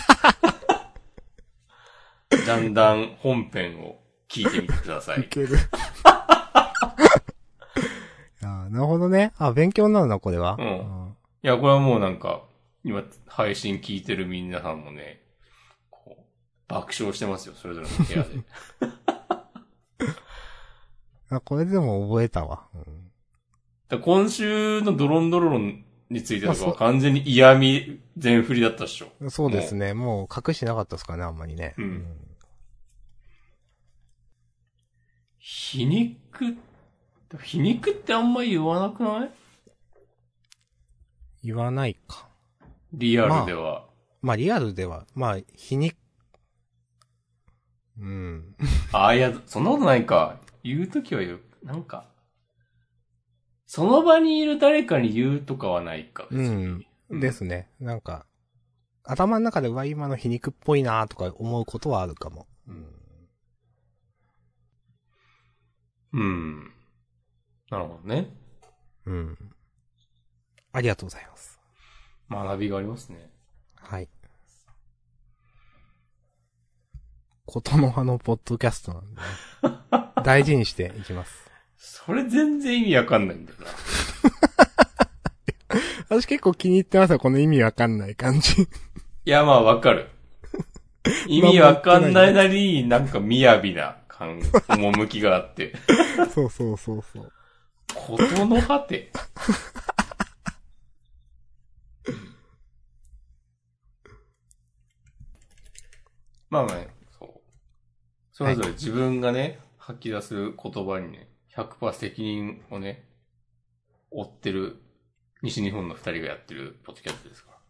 だんだん本編を聞いてみてください。 いける。ああ、なるほどね。あ、勉強になるな、これは。 うん。いや、これはもうなんか、今、配信聞いてる皆さんもね、こう、爆笑してますよ、それぞれの部屋で。 あ、これでも覚えたわ。うん、 だ今週のドロンドロロンについてとかまあは完全に嫌味全振りだったっしょ。 そうですね。もう隠してなかったですかね、あんまりね。 うん。皮肉、皮肉ってあんま言わなくない？ 言わないか。 リアルでは。 まあ、まあ、リアルでは、まあ、皮肉、うん。 ああ、いや、そんなことないか。言うときは言う。なんか、その場にいる誰かに言うとかはないか、別に。 うん。ですね。なんか、頭の中では今の皮肉っぽいなとか思うことはあるかも。うん。 うん。なるほどね。 うん。ありがとうございます。 学びがありますね。 はい。ことの葉のポッドキャストなんで、ね、大事にしていきます。 それ全然意味わかんないんだよな。 私結構気に入ってますよ、この意味わかんない感じ。 いや、まあわかる。意味わかんないなりになんか雅な感、趣があって。 そうそうそうそう。 ことの果て。まあまあ、そう。それぞれ自分がね、吐き出す言葉にね、ひゃくパーセント責任をね、負ってる西日本の二人がやってるポッドキャストですから。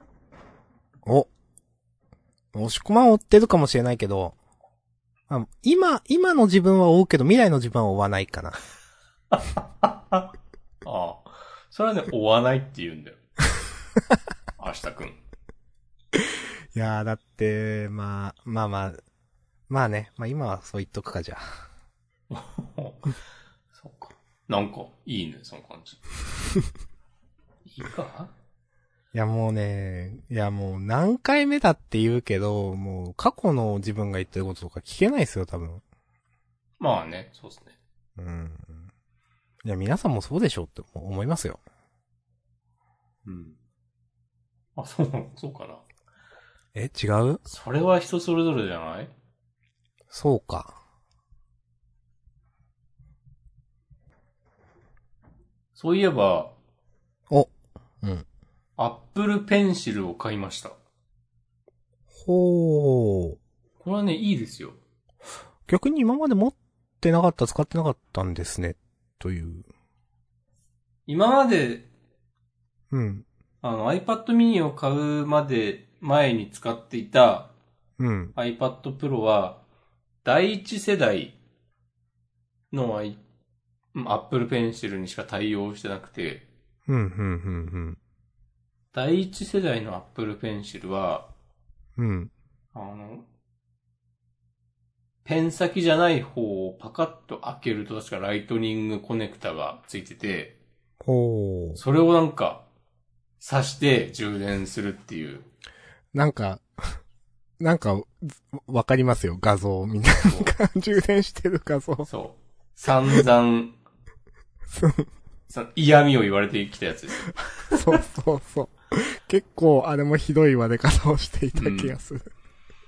お。押し込まん追ってるかもしれないけど、あ今、今の自分は追うけど未来の自分は追わないかな。 ああ。それはね、追わないって言うんだよ。明日くん。 いやー、だって、まあ、まあまあ、まあね、まあ今はそう言っとくか、じゃあ。 そうか。なんか、いいね、その感じ。いいか？ いやもうね、いやもう何回目だって言うけど、もう過去の自分が言ってることとか聞けないですよ、多分。 まあね、そうですね。 うん。いや、皆さんもそうでしょうって思いますよ。 うん。あ、そう、そうかな。 え、違う？ それは人それぞれじゃない？ そうか。 そういえば、 お。うん。 アップルペンシルを買いました。 ほー。 これはね、いいですよ。 逆に今まで持ってなかった、使ってなかったんですね。という。 今まで、 うん。 あの iPad mini を買うまで前に使っていたうん。 iPad Pro は、第一世代の I- Apple Pencil にしか対応してなくて、 うん、うん、うん、 第一世代の Apple Pencil は、 うん。うん。 あの、ペン先じゃない方をパカッと開けると確かライトニングコネクタがついてて、 ほー。 それをなんか、挿して充電するっていう。 なんか、なんか、わかりますよ、画像みたいな。充電してる画像。 そう。散々、嫌味を言われてきたやつですよ。 そうそうそう。結構、あれもひどい割れ方をしていた気がする。うん、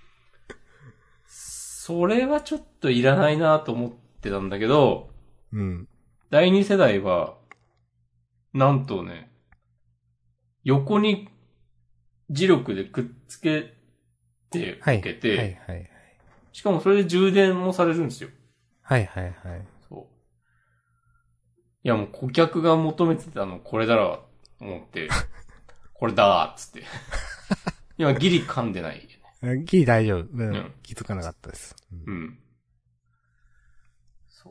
それはちょっといらないなと思ってたんだけど、 うん。 第二世代は、なんとね、横に磁力でくっつけておけて、 はい、はい、はい。 しかもそれで充電もされるんですよ。 はい、はい、はい。 そう。いやもう顧客が求めてたのこれだろうと思って、これだーっつって。今ギリ噛んでない、 ね。ギリ大丈夫。うん。 うん、 気づかなかったです。 うん。うん、そう。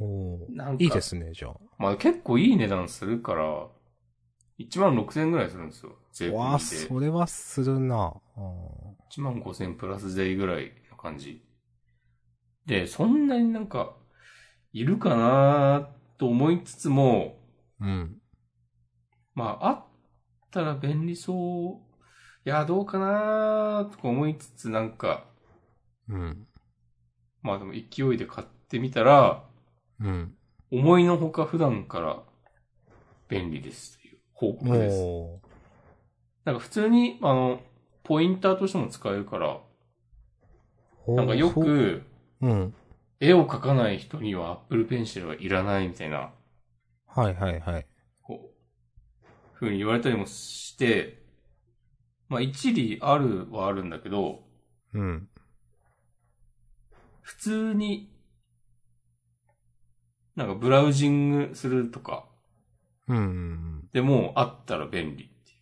おなんかいいですね、じゃあ。 まあ結構いい値段するから、いちまんろくせんえんぐらいするんですよ。税込みで。 わあ、それはするな。 いちまんごせんプラス税ぐらいの感じ。で、そんなになんか、いるかなと思いつつも、 うん。 まあ、あったら便利そう。いや、どうかなとか思いつつなんか、 うん。 まあでも勢いで買ってみたら、 うん。 思いのほか普段から便利ですという報告です。なんか普通に、あの、ポインターとしても使えるから、なんかよく、 うん。 絵を描かない人には Apple Pencil はいらないみたいな。 はいはいはい。 こう、ふうに言われたりもして、まあ一理あるはあるんだけど、 うん。 普通に、なんかブラウジングするとか、 うん。 でもあったら便利っていう。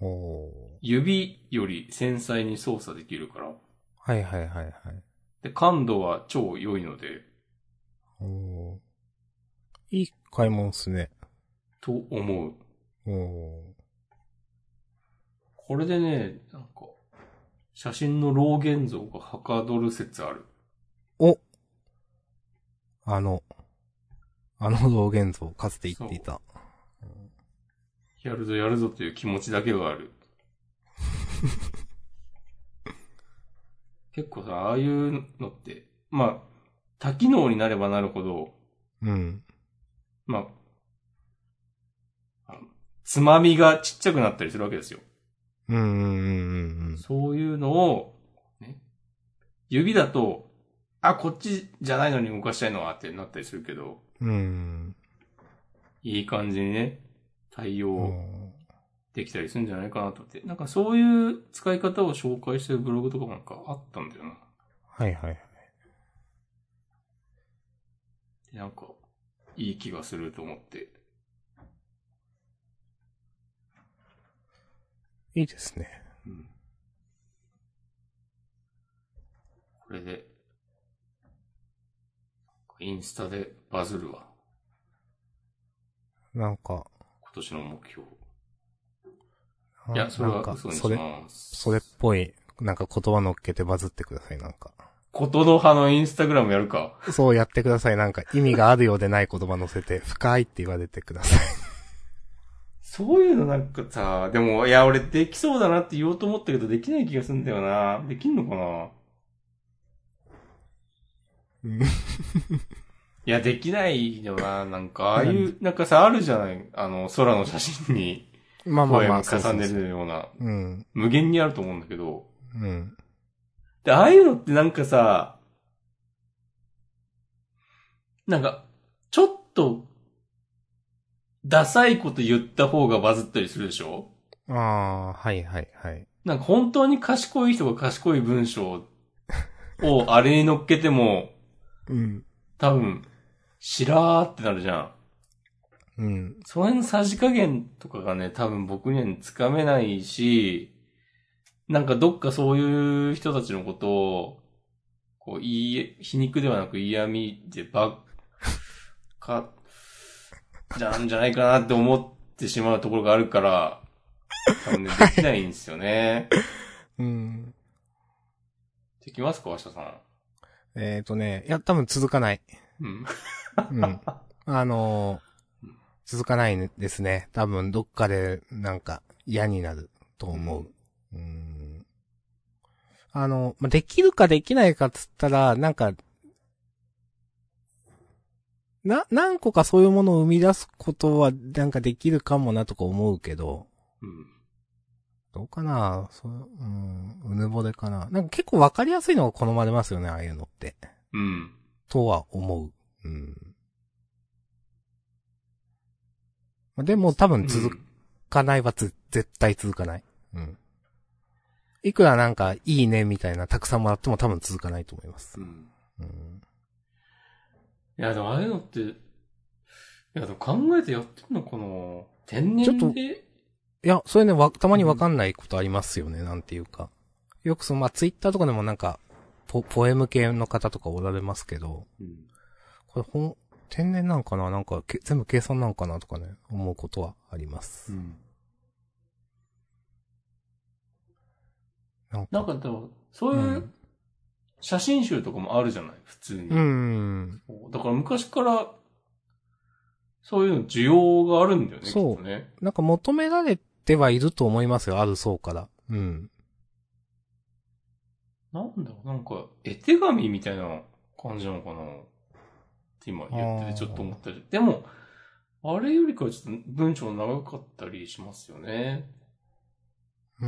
お指より繊細に操作できるから。 はいはいはいはい。 で、感度は超良いので。 おいい買い物っすね。 と思う。 おこれでね、なんか、写真の老現像がはかどる説ある。 おあの、あの老現像、かつて言っていた。 やるぞやるぞという気持ちだけがある。結構さ、ああいうのって、まあ、多機能になればなるほど、 うん。 まあ、あのつまみがちっちゃくなったりするわけですよ。 うんうんうんうん。 そういうのを、ね、指だと、あ、こっちじゃないのに動かしたいのはってなったりするけど、 うん。 いい感じにね、対応できたりするんじゃないかなと思って。なんかそういう使い方を紹介してるブログとかもなんかあったんだよな。 はいはいはい。 なんか、いい気がすると思って。 いいですね。 うん。これで、インスタでバズるわ。 なんか、 今年の目標。 いいや、それは嘘にします。 それっぽい、なんか言葉乗っけてバズってください、なんか。 ことの葉のインスタグラムやるか。 そうやってください、なんか意味があるようでない言葉乗せて、深いって言われてください。 そういうのなんかさ、でも、いや、俺できそうだなって言おうと思ったけど、できない気がするんだよな。できんのかな。 うんいや、できないよな。なんか、ああいう、なんかさ、あるじゃない。あの、空の写真に、 まあまあまあ、 ポエム重ねそうそうそう。 るような、 うん。 無限にあると思うんだけど。 うん。 で、ああいうのってなんかさ、なんか、ちょっと、ダサいこと言った方がバズったりするでしょ？ ああ、はいはいはい。 なんか本当に賢い人が賢い文章をあれに乗っけても、 うん。 多分、しらーってなるじゃん。 うん。 その辺のさじ加減とかがね、多分僕にはつかめないし、なんかどっかそういう人たちのことを、こう、いい、皮肉ではなく嫌味でばっか、じゃんじゃないかなって思ってしまうところがあるから、多分ね、できないんですよね。 うん。 できますか、明日さん。 えっとね、いや、多分続かない。 うん。 うん。あのー続かないですね。多分どっかでなんか嫌になると思う。うん。うんあの、まあ、できるかできないかっつったら、なんか、な、何個かそういうものを生み出すことはなんかできるかもなとか思うけど、 うん。 どうかなそう、うん、うぬぼれかななんか結構わかりやすいのが好まれますよね、ああいうのって。 うん。 とは思う。うん。まあでも多分続かないはつ、絶対続かない。うん。いくらなんかいいねみたいなたくさんもらっても多分続かないと思います。 うん。 うん。 いや、でもああいうのって、いや、でも考えてやってんのかな？天ちょっと、 然で。 いや、それね、わ、たまにわかんないことありますよね、なんていうか。よくその、まあ、ツイッターとかでもなんか、ポ、ポエム系の方とかおられますけど、 うん。 これほん、天然なんかななんかけ、全部計算なんかなとかね、思うことはあります。 うん。 なんか。 なんかでも、そういう写真集とかもあるじゃない、普通に。 うん。 だから昔から、そういうの需要があるんだよね、 そうきっとね。 なんか求められてはいると思いますよ、ある層から。うん。 なんだろう、なんか、絵手紙みたいな感じなのかなって今言っててちょっと思ったり。でも、あれよりかはちょっと文章長かったりしますよね。 うん。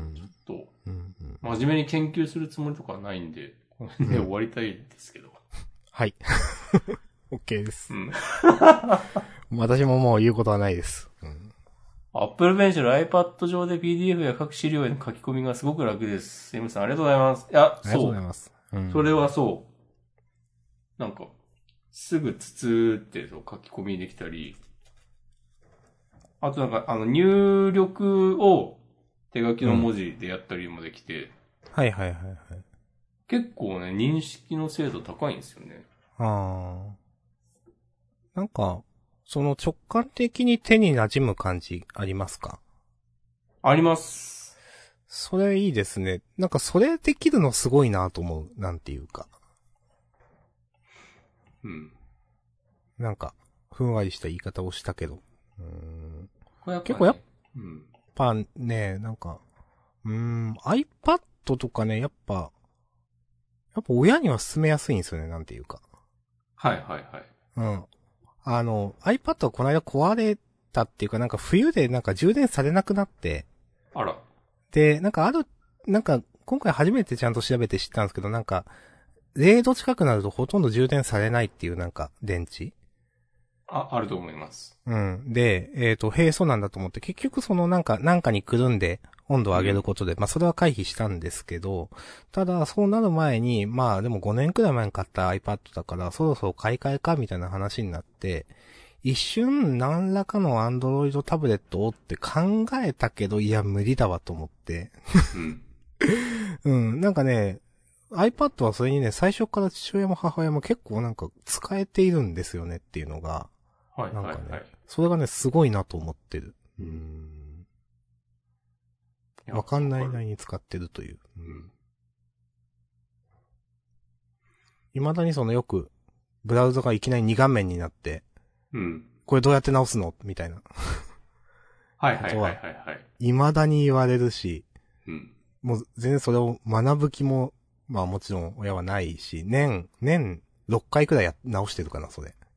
ちょっと、 うん、 真面目に研究するつもりとかはないんで、この辺で終わりたいですけど。 はい。OK です。 うん。 私ももう言うことはないです。うん、 Apple Pencil、iPad 上で ピーディーエフ や各資料への書き込みがすごく楽です。M さんありがとうございます。いや、 ありがとうそう。 ございます。うん、 それはそう。なんか、すぐつつってそう書き込みできたり、あとなんか、あの、入力を手書きの文字でやったりもできて、 はいはいはいはい。 結構ね、認識の精度高いんですよね。 ああ。なんか、その直感的に手に馴染む感じありますか？ あります。 それいいですね。なんかそれできるのすごいなと思う。なんていうか。 うん。 なんか、ふんわりした言い方をしたけど。うーんこれやっぱね、 結構やっうん。 ぱね、なんか、うーん、iPad とかね、やっぱ、やっぱ親には勧めやすいんですよね、なんていうか。 はいはいはい。 うん。あの、iPad はこの間壊れたっていうか、なんか冬でなんか充電されなくなって、 あら。 で、なんかある、なんか今回初めてちゃんと調べて知ったんですけど、なんか、れいど近くなるとほとんど充電されないっていうなんか電池あ、あると思います。 うん。で、えっと、平素なんだと思って、結局そのなんか、なんかにくるんで温度を上げることで、うん、まあそれは回避したんですけど、ただそうなる前に、まあでもごねんくらい前に買った iPad だから、そろそろ買い替えかみたいな話になって、一瞬何らかの Android タブレットをって考えたけど、いや無理だわと思って。 うん。 うん、なんかね、iPad はそれにね、最初から父親も母親も結構なんか使えているんですよねっていうのが、 はいはいはい。 なんかね、それがね、すごいなと思ってる。うん。わかんないなりに使ってるという。うん。未だにそのよく、ブラウザがいきなりに画面になって、 うん。 これどうやって直すのみたいな。 はいはいはいはいはい。 未だに言われるし、 うん。 もう全然それを学ぶ気も、まあもちろん親はないし、年、年ろっかいくらいや、直してるかな、それ。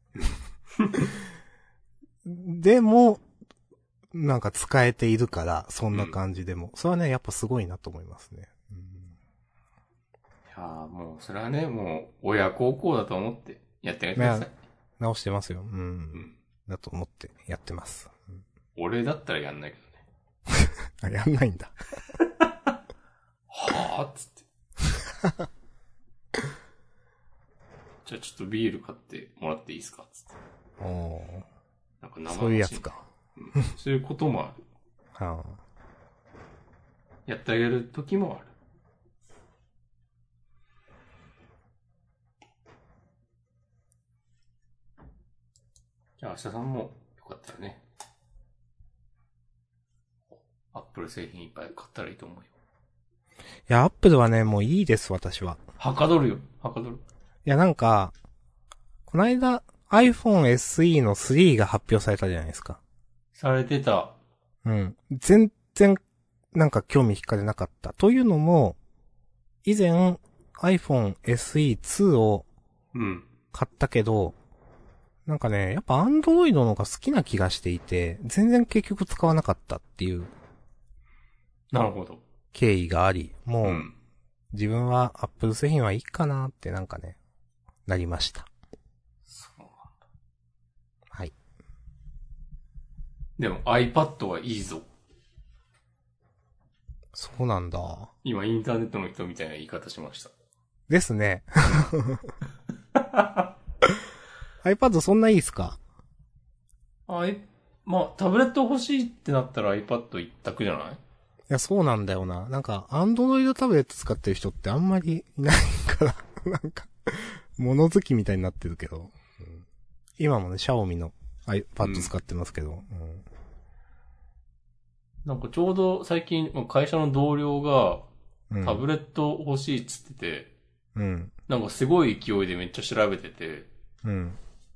でも、なんか使えているから、そんな感じでも。うん、それはね、やっぱすごいなと思いますね。うん、いやーもう、それはね、もう、親孝行だと思ってやってあげてください。 直してますよ。うん。うん、だと思ってやってます。うん、 俺だったらやんないけどね。 あ、やんないんだ。 はぁっつって。じゃあちょっとビール買ってもらっていいですかつって。 おー。 なんか生そういうやつか。 うん、そういうこともある。 はあ、 やってあげる時もある。じゃあ明日さんもよかったらね。アップル製品いっぱい買ったらいいと思うよ。 いや、アップルはね、もういいです、私は。 はかどるよ。はかどる。いや、なんか、この間 iPhone エスイー のスリーが発表されたじゃないですか。 されてた。 うん。全然、なんか興味惹かれなかった。というのも、以前 iPhone エスイーツー を買ったけど、うん、なんかね、やっぱ Android の方が好きな気がしていて、全然結局使わなかったっていう。 なるほど。 経緯があり、もう、うん、自分は Apple 製品はいいかなってなんかね、なりました。 そうなんだ。 はい。 でも iPad はいいぞ。 そうなんだ。 今インターネットの人みたいな言い方しました。 ですね。iPad そんないいっすか？ あい、まあ、タブレット欲しいってなったら iPad 一択じゃない？ いや、そうなんだよな。なんか、Android タブレット使ってる人ってあんまりいないから、なんか、物好きみたいになってるけど。うん、今もね、シャオミの iPad 使ってますけど。うんうん、 なんかちょうど最近、会社の同僚が、タブレット欲しいっつってて、 うん。 なんかすごい勢いでめっちゃ調べてて、 うん。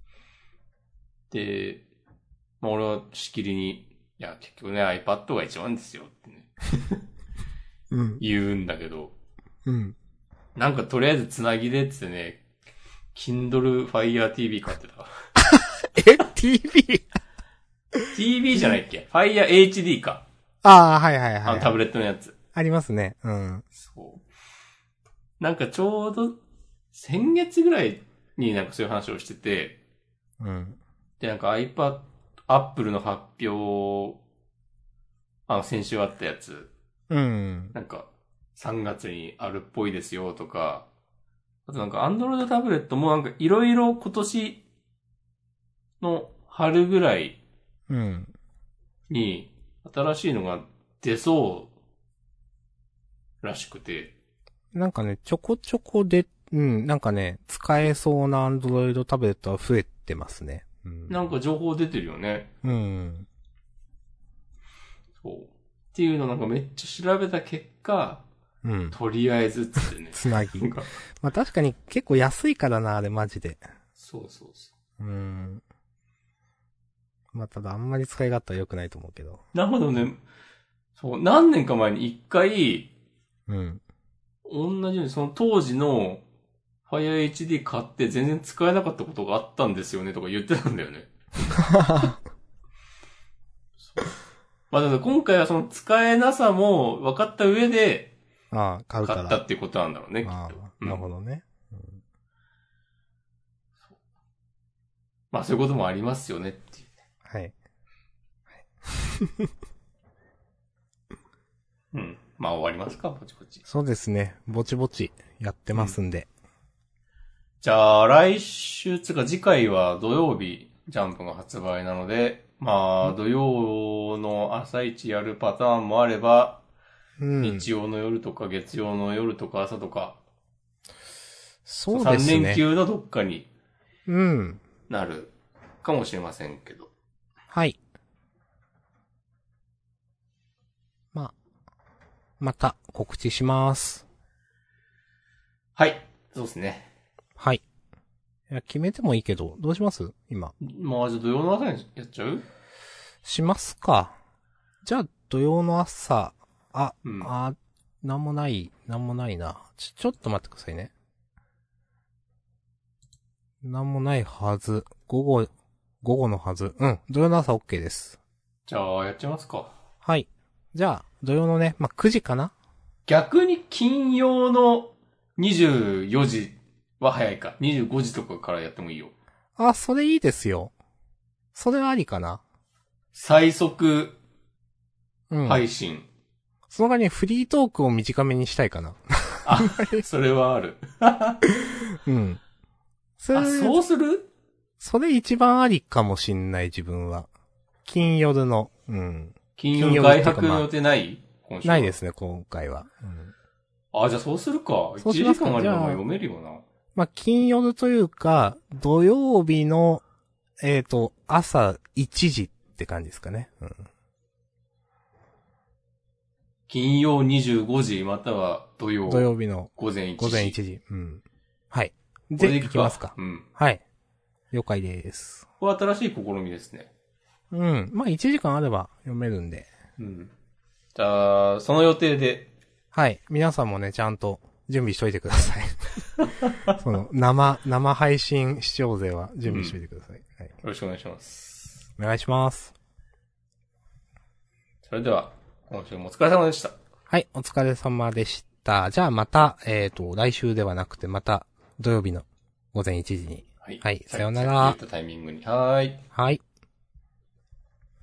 で、まあ俺はしきりに、いや、結局ね、iPad が一番ですよってね。うん。言うんだけど。 うん。 なんかとりあえずつなぎでってね、Kindle Fire ティービー 買ってた。 え ?ティービー? ティービー じゃないっけ ?Fire エイチディー か。 ああ、はいはいはい。 あのタブレットのやつ。 ありますね。うん。 そう。なんかちょうど、先月ぐらいになんかそういう話をしてて、 うん。 で、なんか iPad、Apple の発表、あの、先週あったやつ。 うん。 なんか、さんがつにあるっぽいですよとか、あとなんか Android タブレットもなんかいろいろ今年の春ぐらいに新しいのが出そうらしくて。 なんかね、ちょこちょこで、うん、なんかね、使えそうな Android タブレットは増えてますね。うん、 なんか情報出てるよね。 うん。 そう。っていうのなんかめっちゃ調べた結果、 うん。 とりあえずっつってね。 つなぎ。まあ確かに結構安いからな、あれマジで。 そうそうそう。 うん。まあただあんまり使い勝手は良くないと思うけど。 なるほどね。そう、何年か前に一回、 うん。 同じようにその当時の Fire エイチディー 買って全然使えなかったことがあったんですよねとか言ってたんだよね。まあだから今回はその使えなさも分かった上で、 ああ、買うから。 買ったっていうことなんだろうね、きっと。 なるほどね、うん。 まあそういうこともありますよねっていう、ね。 はい。 はい、うん。まあ終わりますか、ぼちぼち。 そうですね。ぼちぼちやってますんで。うん、 じゃあ来週、つか次回は土曜日、ジャンプが発売なので、まあ土曜の朝一やるパターンもあれば、うん、日曜の夜とか月曜の夜とか朝とか、 そうですね。 さん連休のどっかに、 うん。 なるかもしれませんけど。 はい。まあ、また告知します。 はい。そうですね。 はい。いや、決めてもいいけど、どうします今。 まあ、じゃあ土曜の朝にやっちゃう？ しますか。じゃあ土曜の朝、あ、 うん、 あ、なんもない、なんもないな。ちょ、ちょっと待ってくださいね。 なんもないはず。午後、午後のはず。うん。土曜の朝 OK です。 じゃあ、やっちゃいますか。 はい。じゃあ、土曜のね、まあ、くじかな？ 逆に金曜のにじゅうよじは早いか。にじゅうごじとかからやってもいいよ。 あ、それいいですよ。それはありかな。 最速うん。 配信。 その代わりにフリートークを短めにしたいかな。 あ、それはある。 うん。それ、 あ、そうする？ それ一番ありかもしんない自分は。金夜の、うん。 金曜の外泊の予定ない？ 今週ないですね、今回は。うん、 あ、じゃあそうするか。 そうしいちじかんあればまあますか。 読めるよな。 まあ、金夜というか、土曜日の、えっ、ー、と、朝いちじって感じですかね。うん、 金曜にじゅうごじ、または土曜。 土曜日の午前いちじ。 午前いちじ。うん。はい。 で、行きますか。 うん。 はい。了解です。 これ新しい試みですね。 うん。まあ、いちじかんあれば読めるんで。 うん。じゃあ、その予定で。 はい。皆さんもね、ちゃんと準備しといてください。その、生、生配信視聴勢は準備しといてください。うん、はい。よろしくお願いします。 お願いします。 それでは、今週もお疲れ様でした。 はい、お疲れ様でした。じゃあまた、えっと、来週ではなくてまた土曜日の午前いちじに。はい。はい、さようなら。 タイミングに。はーい。 はい。